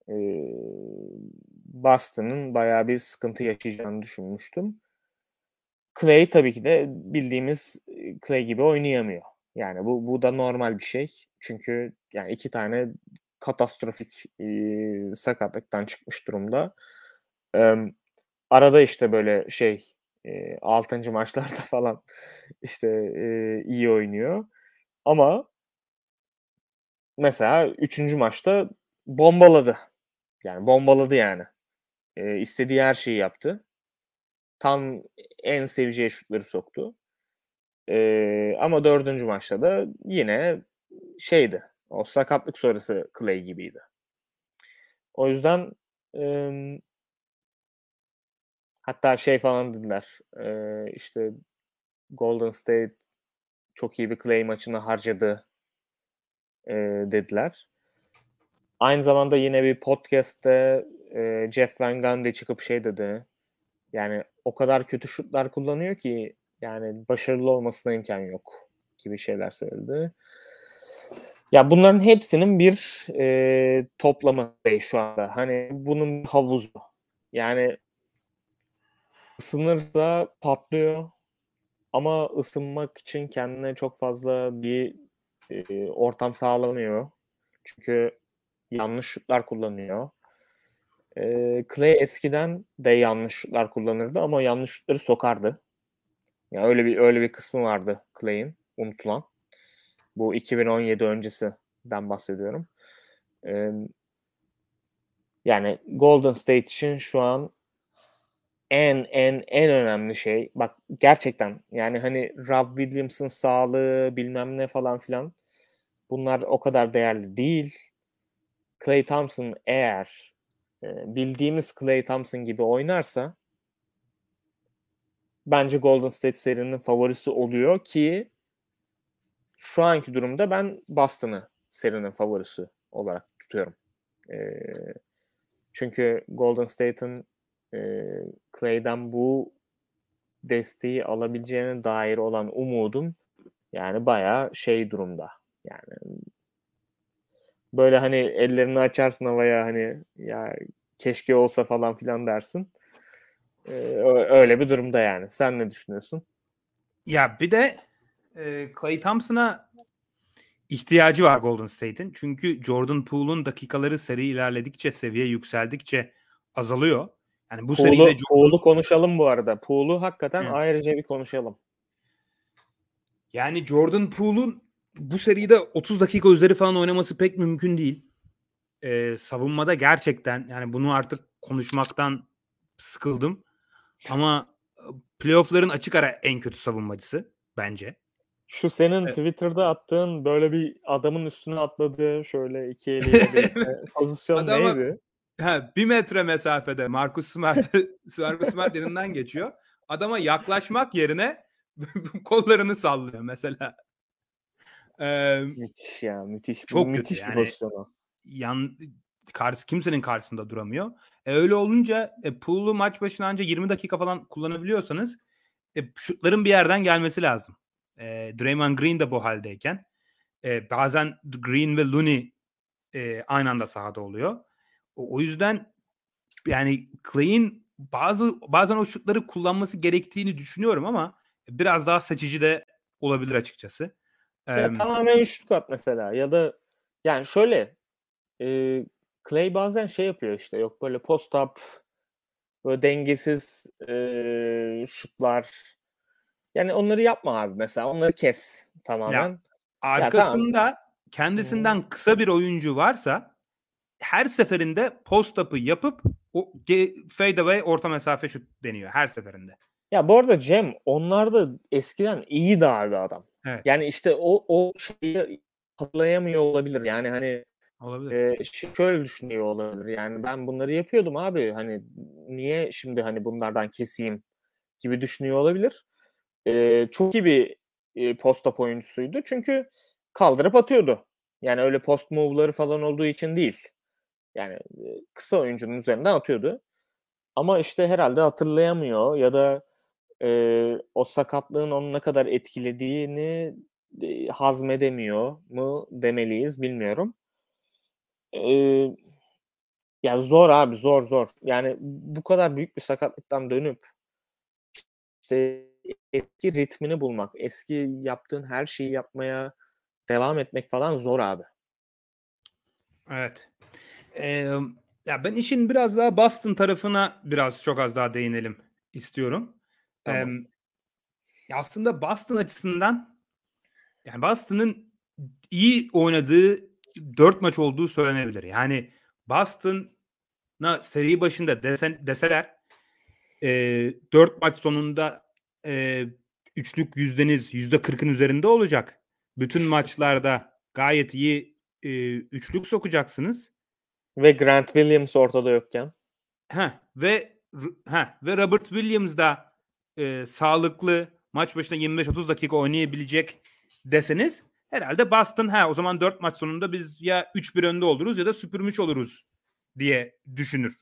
e, Boston'ın bayağı bir sıkıntı yaşayacağını düşünmüştüm. Klay tabii ki de bildiğimiz Klay gibi oynayamıyor. Yani bu bu da normal bir şey. Çünkü yani iki tane katastrofik e, sakatlıktan çıkmış durumda. E, arada işte böyle şey e, altıncı maçlarda falan işte e, iyi oynuyor. Ama mesela üçüncü maçta bombaladı. Yani bombaladı yani. E, istediği her şeyi yaptı. Tam en seveceği şutları soktu. Ee, ama dördüncü maçta da yine şeydi. O sakatlık sonrası Klay gibiydi. O yüzden e, hatta şey falan dediler. E, işte Golden State çok iyi bir Klay maçını harcadı e, dediler. Aynı zamanda yine bir podcast'te e, Jeff Van Gundy çıkıp şey dedi. Yani o kadar kötü şutlar kullanıyor ki yani başarılı olmasına imkan yok gibi şeyler söyledi. Ya bunların hepsinin bir e, toplamı şu anda. Hani bunun havuzu. Yani ısınırsa patlıyor ama ısınmak için kendine çok fazla bir e, ortam sağlamıyor. Çünkü yanlış şutlar kullanıyor. E, Klay eskiden de yanlış şutlar kullanırdı ama yanlış şutları sokardı. Yani öyle bir öyle bir kısmı vardı Klay'in unutulan. Bu iki bin on yedi öncesinden bahsediyorum. Ee, yani Golden State için şu an en en en önemli şey, bak gerçekten yani hani Rob Williams'ın sağlığı bilmem ne falan filan, bunlar o kadar değerli değil. Klay Thompson eğer e, bildiğimiz Klay Thompson gibi oynarsa bence Golden State serinin favorisi oluyor ki şu anki durumda ben Boston'ı serinin favorisi olarak tutuyorum. Ee, çünkü Golden State'in e, Clay'den bu desteği alabileceğine dair olan umudum yani bayağı şey durumda. Yani böyle hani ellerini açarsın havaya, hani ya keşke olsa falan filan dersin. Ee, öyle bir durumda yani. Sen ne düşünüyorsun? Ya bir de e, Klay Thompson'a ihtiyacı var Golden State'in. Çünkü Jordan Poole'un dakikaları seri ilerledikçe, seviye yükseldikçe azalıyor. Yani bu seride Pool'u, Jordan... Pool'u konuşalım bu arada. Pool'u hakikaten Hı. ayrıca bir konuşalım. Yani Jordan Poole'un bu seride otuz dakika üzeri falan oynaması pek mümkün değil. Ee, savunmada gerçekten yani bunu artık konuşmaktan sıkıldım. Ama playoff'ların açık ara en kötü savunmacısı bence. Şu senin Evet. Twitter'da attığın böyle bir adamın üstüne atladığı şöyle iki eliyle birlikte pozisyon Adama neydi? ha, bir metre mesafede Marcus Smart Marcus Smart yanından geçiyor. Adama yaklaşmak yerine kollarını sallıyor mesela. Ee, Müthiş ya, müthiş. çok kötü Müthiş bir yani. pozisyon o. Yan karşı kimsenin karşısında duramıyor. E, öyle olunca e, Poole'u maç başına anca yirmi dakika falan kullanabiliyorsanız e, şutların bir yerden gelmesi lazım. E, Draymond Green de bu haldeyken e, bazen Green ve Looney e, aynı anda sahada oluyor. O, o yüzden yani Clay'in bazı bazen o şutları kullanması gerektiğini düşünüyorum ama biraz daha seçici de olabilir açıkçası. E, Ya tamamen üçlük at mesela, ya da yani şöyle e, Clay bazen şey yapıyor işte, yok böyle post up, böyle dengesiz e, şutlar. Yani onları yapma abi mesela, onları kes ya tamamen. Ya tamam. arkasında Hmm. kendisinden kısa bir oyuncu varsa her seferinde post-up'ı yapıp o fade away orta mesafe şut deniyor her seferinde. Ya bu arada Cem, onlar da eskiden iyiydi abi adam. Evet. Yani işte o o şeyi hatırlayamıyor olabilir. Yani hani Olabilir. e, şöyle düşünüyor olabilir. Yani ben bunları yapıyordum abi. Hani niye şimdi hani bunlardan keseyim gibi düşünüyor olabilir. E, çok iyi bir e, post-up oyuncusuydu. Çünkü kaldırıp atıyordu. Yani öyle post move'ları falan olduğu için değil. Yani e, kısa oyuncunun üzerinden atıyordu. Ama işte herhalde hatırlayamıyor ya da e, o sakatlığın onu ne kadar etkilediğini e, hazmedemiyor mu demeliyiz, bilmiyorum. E, Ya zor abi zor zor. Yani bu kadar büyük bir sakatlıktan dönüp işte eski ritmini bulmak, eski yaptığın her şeyi yapmaya devam etmek falan zor abi. Evet. Emm, ya, ben işin biraz daha Boston tarafına biraz çok az daha değinelim istiyorum. Tamam. Emm, ya, aslında Boston açısından, yani, Boston'ın iyi oynadığı dört maç olduğu söylenebilir. Yani, Boston'a seri başında desen deseler, eee, dört maç sonunda, eee, üçlük yüzdeniz yüzde kırkın üzerinde olacak. Bütün maçlarda gayet iyi, eee, üçlük sokacaksınız. Ve Grant Williams ortada yokken. Heh ve r heh ve Robert Williams da, eee, sağlıklı, maç başına yirmi beş otuz dakika oynayabilecek deseniz herhâlde Boston, ha, o zaman dört maç sonunda biz ya üç bir önde oluruz ya da süpürmüş oluruz diye düşünür.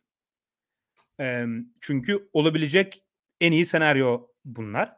Emm, çünkü olabilecek en iyi senaryo bunlar.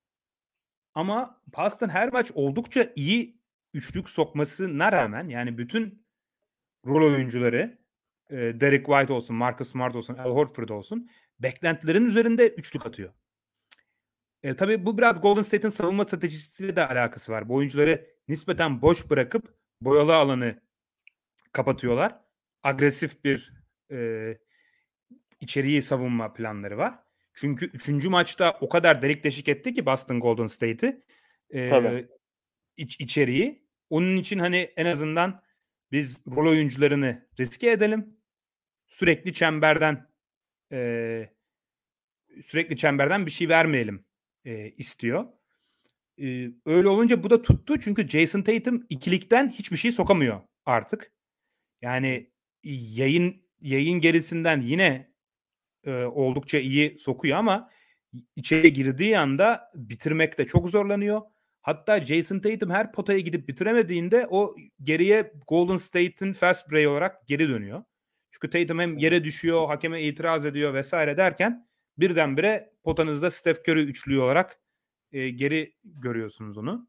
Ama Boston her maç oldukça iyi üçlük sokmasına rağmen, yani bütün rol oyuncuları, eee, Derrick White olsun, Marcus Smart olsun, Al Horford olsun, beklentilerin üzerinde üçlük atıyor. Eee, tabii bu biraz Golden State'in savunma stratejisiyle de alakası var. Bu oyuncuları nispeten boş bırakıp boyalı alanı kapatıyorlar. Agresif bir, eee, içeriği savunma planları var. Çünkü üçüncü maçta o kadar delik deşik etti ki Boston Golden State'i, Tabii. eee, iç içeriği. Onun için, hani, en azından biz rol oyuncularını riske edelim. Sürekli çemberden, eee, sürekli çemberden bir şey vermeyelim, eee, istiyor. Eee, öyle olunca bu da tuttu çünkü Jason Tatum ikilikten hiçbir şey sokamıyor artık. Yani yayın yayın gerisinden yine, eee, oldukça iyi sokuyor ama içeri girdiği anda bitirmekte çok zorlanıyor. Hatta Jason Tatum her potaya gidip bitiremediğinde o geriye Golden State'in fast break olarak geri dönüyor. Çünkü Tatum hem yere düşüyor, hakeme itiraz ediyor vesaire derken birdenbire potanızda Steph Curry üçlüğü olarak, eee, geri görüyorsunuz onu.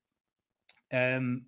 Emm,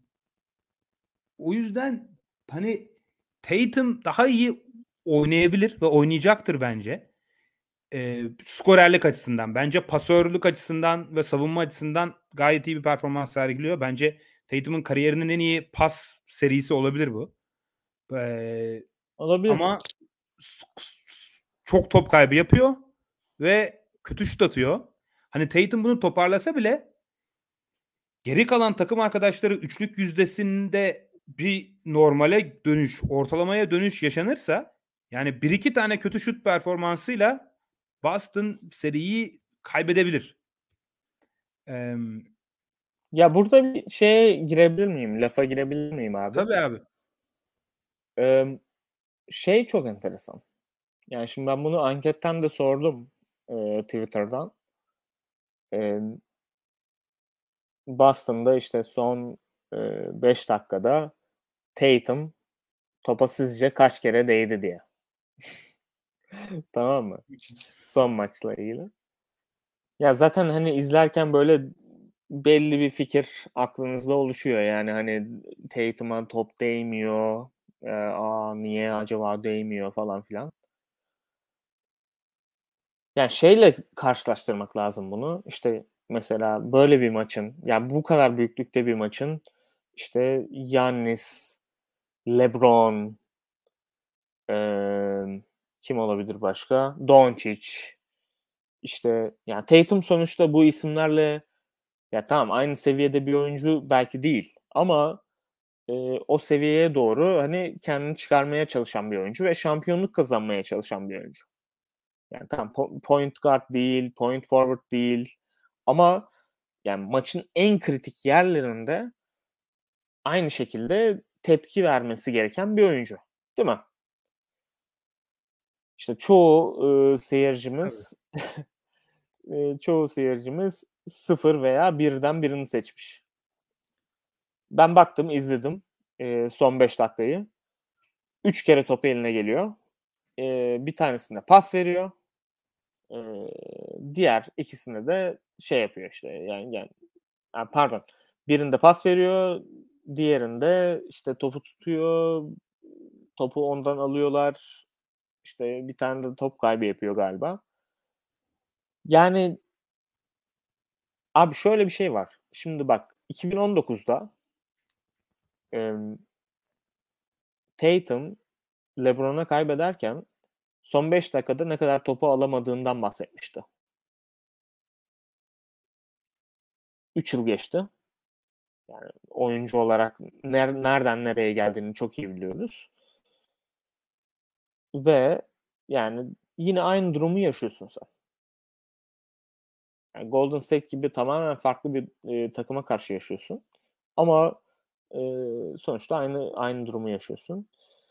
o yüzden, hani, Tatum daha iyi oynayabilir ve oynayacaktır bence. Eee, skorerlik açısından, bence pasörlük açısından ve savunma açısından gayet iyi bir performans sergiliyor. Bence Tatum'un kariyerinin en iyi pas serisi olabilir bu. Eee, Olabilir. ama s s çok top kaybı yapıyor ve kötü şut atıyor. Hani Tatum bunu toparlasa bile geri kalan takım arkadaşları üçlük yüzdesinde bir normale dönüş, ortalamaya dönüş yaşanırsa, yani bir iki tane kötü şut performansıyla Boston seriyi kaybedebilir. Emm, Ya burada bir şeye girebilir miyim? Lafa girebilir miyim abi? tabii abi. Emm, şey çok enteresan. Yani şimdi ben bunu anketten de sordum, eee, Twitter'dan. Emm Boston'da işte son, eee, beş dakikada Tatum topa sizce kaç kere değdi diye. Tamam mı? Son maçla ilgili. Ya zaten hani izlerken böyle belli bir fikir aklınızda oluşuyor. Yani hani Tatum'a top değmiyor. Eee, a, niye acaba değmiyor falan filan. Yani şeyle karşılaştırmak lazım bunu. İşte mesela böyle bir maçın, yani bu kadar büyüklükte bir maçın işte Giannis, LeBron, emm, kim olabilir başka? Doncic. İşte, yani Tatum sonuçta bu isimlerle ya tamam aynı seviyede bir oyuncu belki değil ama, eee, o seviyeye doğru, hani, kendini çıkarmaya çalışan bir oyuncu ve şampiyonluk kazanmaya çalışan bir oyuncu. Yani tamam po point guard değil, point forward değil ama yani maçın en kritik yerlerinde aynı şekilde tepki vermesi gereken bir oyuncu, değil mi? İşte çoğu, ııı, Tabii. seyircimiz eee, çoğu seyircimiz sıfır veya birden birini seçmiş. Ben baktım, izledim, eee, son beş dakikayı. üç kere topu eline geliyor. Eee, bir tanesinde pas veriyor. Eee, diğer ikisinde de şey yapıyor işte, yani yani a, pardon, birinde pas veriyor, diğerinde işte topu tutuyor, topu ondan alıyorlar. İşte bir tane de top kaybı yapıyor galiba. Yani abi şöyle bir şey var. Şimdi bak iki bin on dokuzda em, Tatum LeBron'a kaybederken son beş dakikada ne kadar topu alamadığından bahsetmişti. üç yıl geçti. Yani oyuncu olarak ner- nereden nereye geldiğini çok iyi biliyoruz. Ve yani yine aynı durumu yaşıyorsun sen. Yani Golden State gibi tamamen farklı bir e, takıma karşı yaşıyorsun. Ama e, sonuçta aynı aynı durumu yaşıyorsun.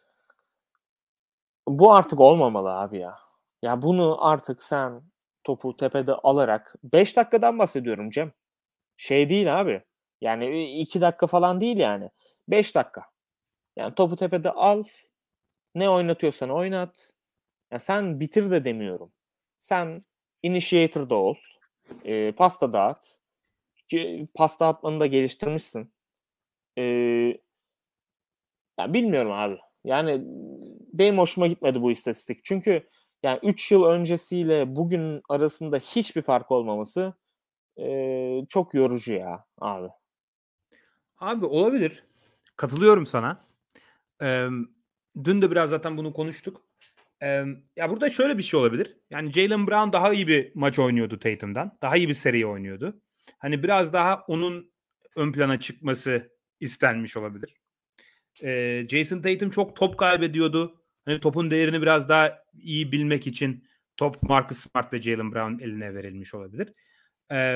Bu artık olmamalı abi ya. Ya bunu artık sen topu tepede alarak beş dakikadan bahsediyorum Cem. Şey değil abi. Yani iki dakika falan değil yani. beş dakika. Yani topu tepede al. Ne oynatıyorsan oynat. Ya sen bitir de demiyorum. Sen initiator da ol. E, pasta dağıt. Ki pasta atmanı da geliştirmişsin. E, ya bilmiyorum abi. Yani benim hoşuma gitmedi bu istatistik. Çünkü yani üç yıl öncesiyle bugün arasında hiçbir fark olmaması e, çok yorucu ya abi. Abi olabilir. Katılıyorum sana. Ee, Dün de biraz zaten bunu konuştuk. Ee, Ya burada şöyle bir şey olabilir. Yani Jaylen Brown daha iyi bir maç oynuyordu Tatum'dan. Daha iyi bir seri oynuyordu. Hani biraz daha onun ön plana çıkması istenmiş olabilir. Ee, Jason Tatum çok top kaybediyordu. Hani topun değerini biraz daha iyi bilmek için top Marcus Smart ve Jaylen Brown eline verilmiş olabilir. Ee,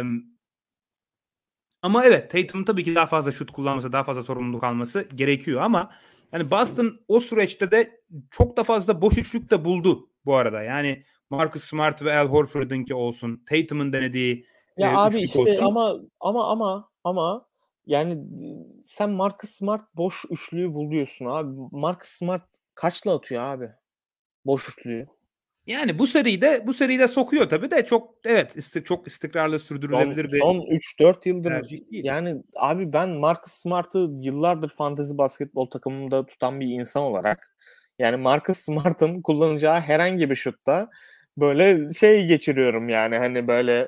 Ama evet Tatum'un tabii ki daha fazla şut kullanması, daha fazla sorumluluk alması gerekiyor ama yani Boston o süreçte de çok da fazla boş üçlük de buldu bu arada. Yani Marcus Smart ve Al Horford'unki olsun, Tatum'un denediği Ya e, abi üçlük işte olsun. ama ama ama ama yani sen Marcus Smart boş üçlüyü buluyorsun abi. Marcus Smart kaçla atıyor abi? Boş üçlüyü. Yani bu seride bu seride sokuyor tabii de çok evet istik, çok istikrarlı Son sürdürülebilir bir son üç dört yıldır tercih değil. yani abi ben Marcus Smart'ı yıllardır fantezi basketbol takımında tutan bir insan olarak yani Marcus Smart'ın kullanacağı herhangi bir şutta böyle şey geçiriyorum yani hani böyle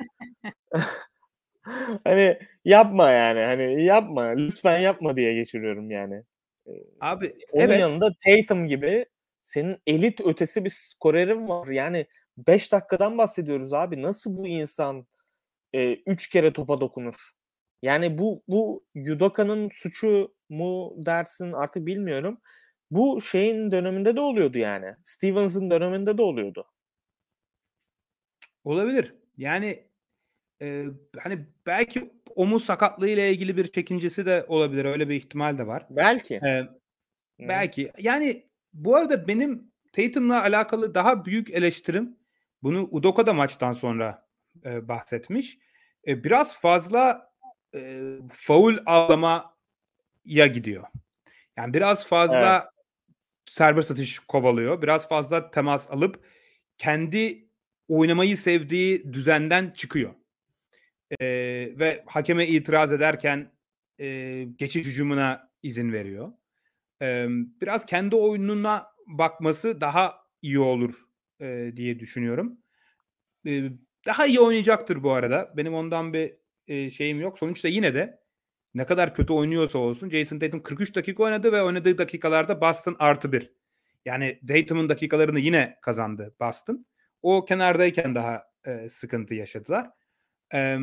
hani yapma yani hani yapma lütfen yapma diye geçiriyorum yani. Ee, Abi Onun evet. yanında Tatum gibi senin elit ötesi bir skorerin var. Yani beş dakikadan bahsediyoruz abi. Nasıl bu insan e, üç kere topa dokunur? Yani bu bu Udoka'nın suçu mu dersin artık bilmiyorum. Bu şeyin döneminde de oluyordu yani. Stevens'ın döneminde de oluyordu. Olabilir. Yani e, hani belki omuz sakatlığı ile ilgili bir çekincesi de olabilir. Öyle bir ihtimal de var. Belki. E, Hı-hı. Belki. Yani bu arada benim Tatum'la alakalı daha büyük eleştirim bunu Udoka da maçtan sonra e, bahsetmiş. E, biraz fazla e, faul avlamaya gidiyor. Yani biraz Evet. fazla serbest atış kovalıyor. Biraz fazla temas alıp kendi oynamayı sevdiği düzenden çıkıyor. E, Ve hakeme itiraz ederken e, geçiş hücumuna izin veriyor. Ee, Biraz kendi oyununa bakması daha iyi olur e, diye düşünüyorum. Ee, Daha iyi oynayacaktır bu arada. Benim ondan bir e, şeyim yok. Sonuçta yine de ne kadar kötü oynuyorsa olsun Jason Tatum kırk üç dakika oynadı ve oynadığı dakikalarda Boston artı bir. Yani Tatum'un dakikalarını yine kazandı Boston. O kenardayken daha e, sıkıntı yaşadılar. Ee,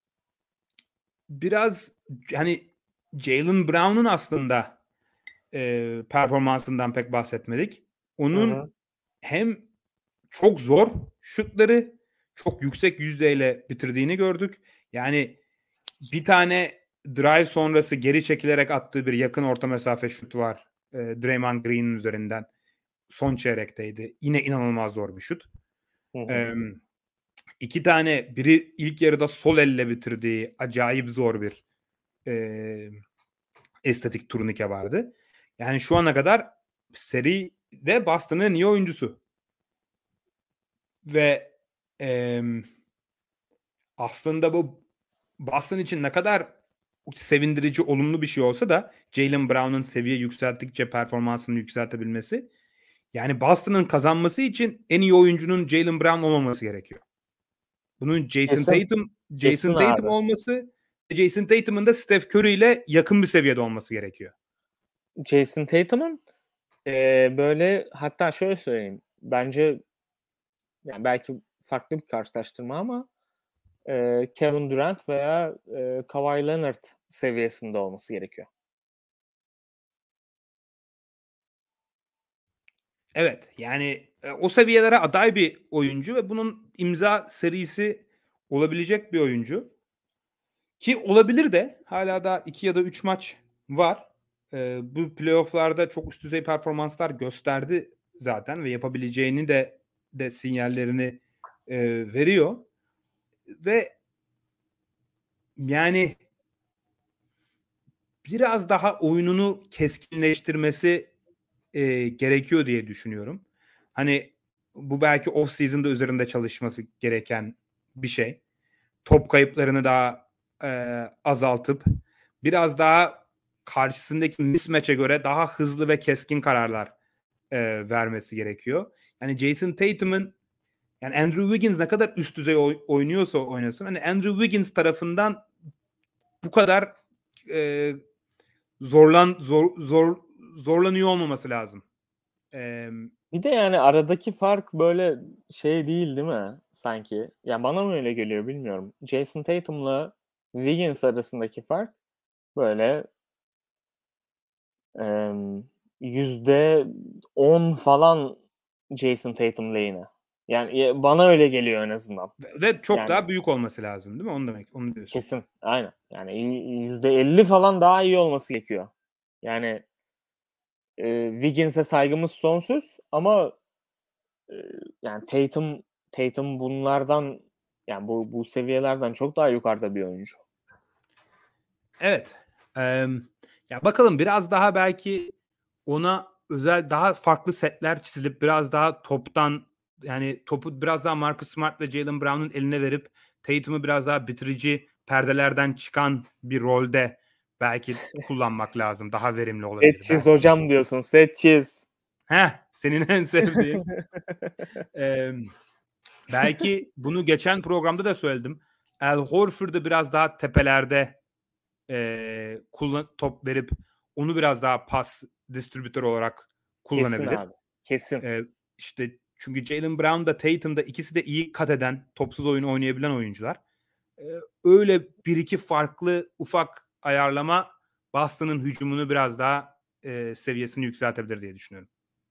Biraz hani Jaylen Brown'un aslında e, performansından pek bahsetmedik. Hı-hı. Onun hem çok zor şutları çok yüksek yüzdeyle bitirdiğini gördük. Yani bir tane drive sonrası geri çekilerek attığı bir yakın orta mesafe şut var. E, Draymond Green'in üzerinden. Son çeyrekteydi. Yine inanılmaz zor bir şut. Hı-hı. E, iki tane biri ilk yarıda sol elle bitirdiği acayip zor bir e, estetik turnike vardı. Yani şu ana kadar seride Boston'ın en iyi oyuncusu. Ve e, aslında bu Boston için ne kadar sevindirici, olumlu bir şey olsa da Jaylen Brown'un seviye yükselttikçe performansını yükseltebilmesi Yani Boston'ın kazanması için en iyi oyuncunun Jaylen Brown olmaması gerekiyor. Bunun Jason Kesin. Tatum, Kesin Jason Tatum abi. olması, Jason Tatum'un da Steph Curry ile yakın bir seviyede olması gerekiyor. Jason Tatum'un e, böyle, hatta şöyle söyleyeyim. Bence yani belki farklı bir karşılaştırma ama e, Kevin Durant veya e, Kawhi Leonard seviyesinde olması gerekiyor. Evet, yani e, o seviyelere aday bir oyuncu ve bunun imza serisi olabilecek bir oyuncu. Ki olabilir de, hala da iki ya da üç maç var. Ee, bu playoff'larda çok üst düzey performanslar gösterdi zaten ve yapabileceğini de de sinyallerini e, veriyor. Ve yani biraz daha oyununu keskinleştirmesi e, gerekiyor diye düşünüyorum. Hani bu belki off season'da üzerinde çalışması gereken bir şey. Top kayıplarını daha e, azaltıp biraz daha karşısındaki mismatch'e göre daha hızlı ve keskin kararlar e, vermesi gerekiyor. Yani Jason Tatum'un, yani Andrew Wiggins ne kadar üst düzey oy- oynuyorsa oynasın, hani Andrew Wiggins tarafından bu kadar e, zorlan zor, zor zorlanıyor olmaması lazım. E, Bir de yani aradaki fark böyle şey değil değil mi sanki? Yani bana mı öyle geliyor bilmiyorum. Jason Tatum'la Wiggins arasındaki fark böyle yüzde on falan Jason Tatum lehine. Yani bana öyle geliyor en azından. ve çok Yani daha büyük olması lazım, değil mi? Onu demek, onu diyorsun. kesin. Aynen. Yani yüzde elli falan daha iyi olması gerekiyor. Yani e, Wiggins'e saygımız sonsuz ama e, yani Tatum Tatum bunlardan, yani bu bu seviyelerden çok daha yukarıda bir oyuncu. Evet. Eee, ya bakalım, biraz daha belki ona özel daha farklı setler çizilip biraz daha toptan, yani topu biraz daha Marcus Smart ve Jaylen Brown'un eline verip Tatum'u biraz daha bitirici, perdelerden çıkan bir rolde belki kullanmak lazım. Daha verimli Set olabilir çiz belki. hocam diyorsun. Set çiz. Heh, senin en sevdiğin. Eee, belki bunu geçen programda da söyledim. Al Horford'u biraz daha tepelerde e, kullan, top verip onu biraz daha pas distribütör olarak Kesin kullanabilir. abi. Kesin. E, işte çünkü Jaylen Brown da Tatum da ikisi de iyi kat eden, topsuz oyun oynayabilen oyuncular. E, öyle bir iki farklı ufak ayarlama Boston'ın hücumunu biraz daha e, seviyesini yükseltebilir diye düşünüyorum.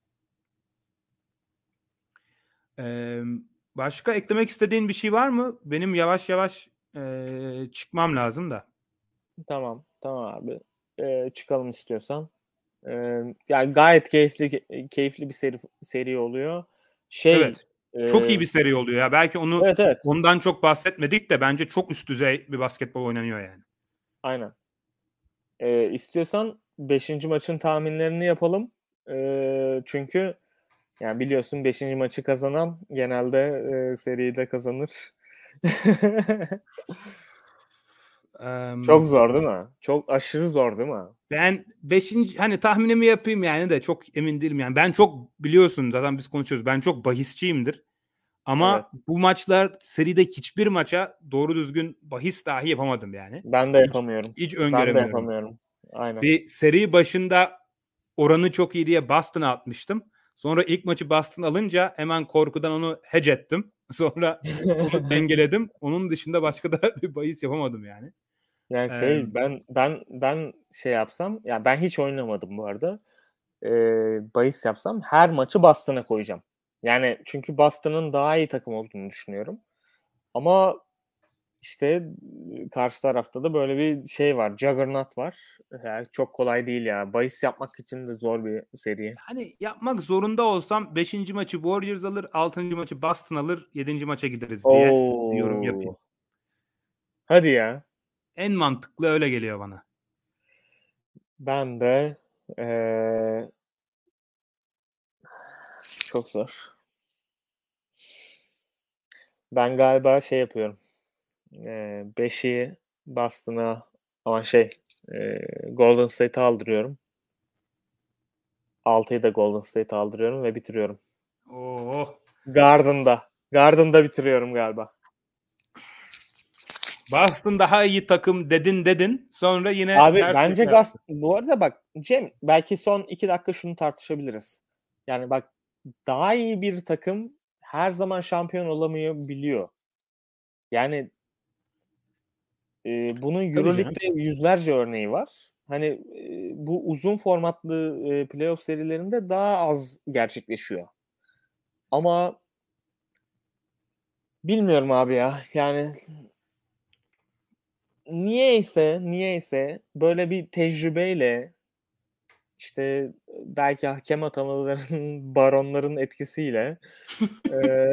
E, başka eklemek istediğin bir şey var mı? Benim yavaş yavaş e, çıkmam lazım da. Tamam. Tamam abi. Ee, çıkalım istiyorsan. Ee, yani gayet keyifli keyifli bir seri seri oluyor. Şey Evet. Çok e, iyi bir seri oluyor ya. Belki onu evet evet. ondan çok bahsetmedik de bence çok üst düzey bir basketbol oynanıyor yani. Aynen. Ee, istiyorsan beşinci maçın tahminlerini yapalım. Ee, çünkü yani biliyorsun beşinci maçı kazanan genelde e, seriyi de kazanır. Em, Çok zor değil mi? Çok aşırı zor değil mi? ben beşinci hani tahminimi yapayım yani de çok emin değilim yani. Ben çok, biliyorsun zaten biz konuşuyoruz. Ben çok bahisçiyimdir. Evet. Ama bu maçlar, seride hiçbir maça doğru düzgün bahis dahi yapamadım yani. Ben de Hiç yapamıyorum. hiç Ben de öngöremiyorum. yapamıyorum. Aynen. Bir seri başında oranı çok iyi diye Boston'a atmıştım. Sonra ilk maçı Boston alınca hemen korkudan onu hedge ettim. Sonra onu dengeledim. Onun dışında başka da bir bahis yapamadım yani. Yani Ee, şey ben ben ben şey yapsam, ya ben hiç oynamadım bu arada. Ee, bahis yapsam her maçı Boston'a koyacağım. Yani çünkü Boston'ın daha iyi takım olduğunu düşünüyorum. Ama işte karşı tarafta da böyle bir şey var. Juggernaut var. Yani çok kolay değil ya. Bahis yapmak için de zor bir seri. hani yapmak zorunda olsam beşinci maçı Warriors alır, altıncı maçı Boston alır, yedinci maça gideriz diye bir yorum yapayım. Oo. Hadi ya. En mantıklı öyle geliyor bana. Ben de ee, çok zor. Ben galiba şey yapıyorum. Ee, beşi Boston'a, ama şey ee, Golden State'e aldırıyorum. altıyı da Golden State aldırıyorum ve bitiriyorum. Oo. Garden'da. Garden'da bitiriyorum galiba. Boston daha iyi takım dedin dedin. Sonra yine Abi ters bence köşe Gas yaptın. bu arada bak Cem belki son iki dakika şunu tartışabiliriz. Yani bak daha iyi bir takım her zaman şampiyon olamayabiliyor. Yani e, bunun Tabii canım. EuroLeague'de yüzlerce örneği var. Hani e, bu uzun formatlı e, playoff serilerinde daha az gerçekleşiyor. Ama bilmiyorum abi ya. Yani niyeyse niyeyse böyle bir tecrübeyle işte belki hakem atamaların baronların etkisiyle eee,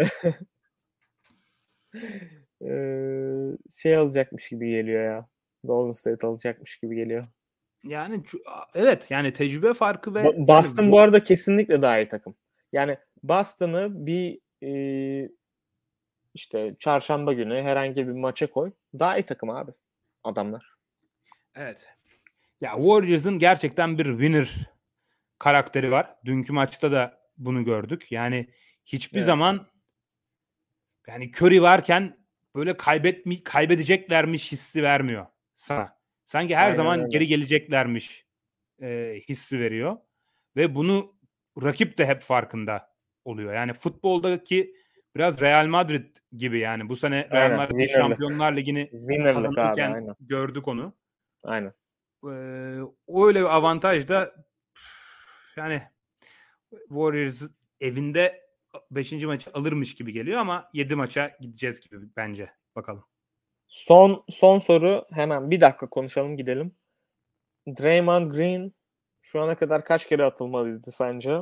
eee, şey alacakmış gibi geliyor ya. Golden State alacakmış gibi geliyor. Yani çu- evet yani tecrübe farkı ve Ba- yani Boston bu bu arada kesinlikle daha iyi takım. Yani Boston'ı bir eee, işte çarşamba günü herhangi bir maça koy. Daha iyi takım abi adamlar. evet. Ya Warriors'ın gerçekten bir winner karakteri var. Dünkü maçta da bunu gördük. Yani hiçbir Evet. zaman yani Curry varken böyle kaybetmi kaybedeceklermiş hissi vermiyor sana. Sanki her Aynen zaman öyle. geri geleceklermiş e, hissi veriyor. Ve bunu rakip de hep farkında oluyor. Yani futboldaki biraz Real Madrid gibi yani. Bu sene Real Aynen. Madrid Winner'lık. Şampiyonlar Ligi'ni Winner'lık abi kazanırken aynen. gördük onu. Aynen. Ee, öyle bir avantaj da yani Warriors evinde beşinci maçı alırmış gibi geliyor ama yedi maça gideceğiz gibi bence. Bakalım. Son son soru hemen bir dakika konuşalım gidelim. Draymond Green şu ana kadar kaç kere atılmalıydı sence?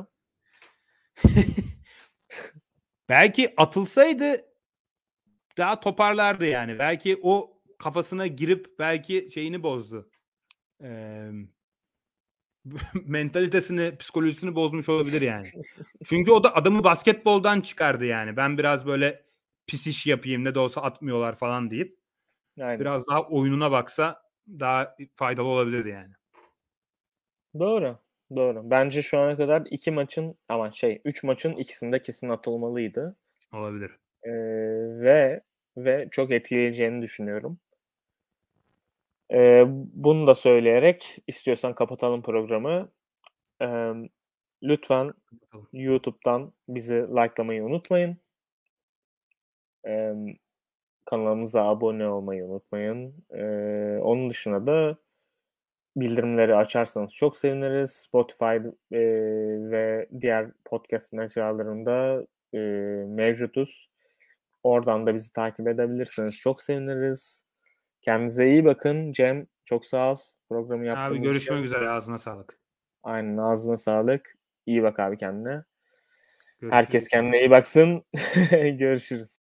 Belki atılsaydı daha toparlardı yani. Belki o kafasına girip belki şeyini bozdu. Ee, mentalitesini, psikolojisini bozmuş olabilir yani. Çünkü o da adamı basketboldan çıkardı yani. Ben biraz böyle pis iş yapayım ne de olsa atmıyorlar falan deyip Aynen. biraz daha oyununa baksa daha faydalı olabilirdi yani. Doğru. Doğru. Bence şu ana kadar iki maçın ama şey üç maçın ikisinde kesin atılmalıydı. Olabilir. Ee, ve ve çok etkileyeceğini düşünüyorum. Ee, bunu da söyleyerek istiyorsan kapatalım programı. Ee, lütfen Bakalım. YouTube'dan bizi likelamayı unutmayın. Ee, kanalımıza abone olmayı unutmayın. Ee, onun dışında da bildirimleri açarsanız çok seviniriz. Spotify e, ve diğer podcast mecralarında e, mevcutuz. Oradan da bizi takip edebilirsiniz. Çok seviniriz. Kendinize iyi bakın. Cem çok sağ ol programı Abi yaptığımız görüşmek için. üzere. Ağzına sağlık. Aynen ağzına sağlık. İyi bak abi kendine. Herkes Görüşürüz. kendine iyi baksın. Görüşürüz.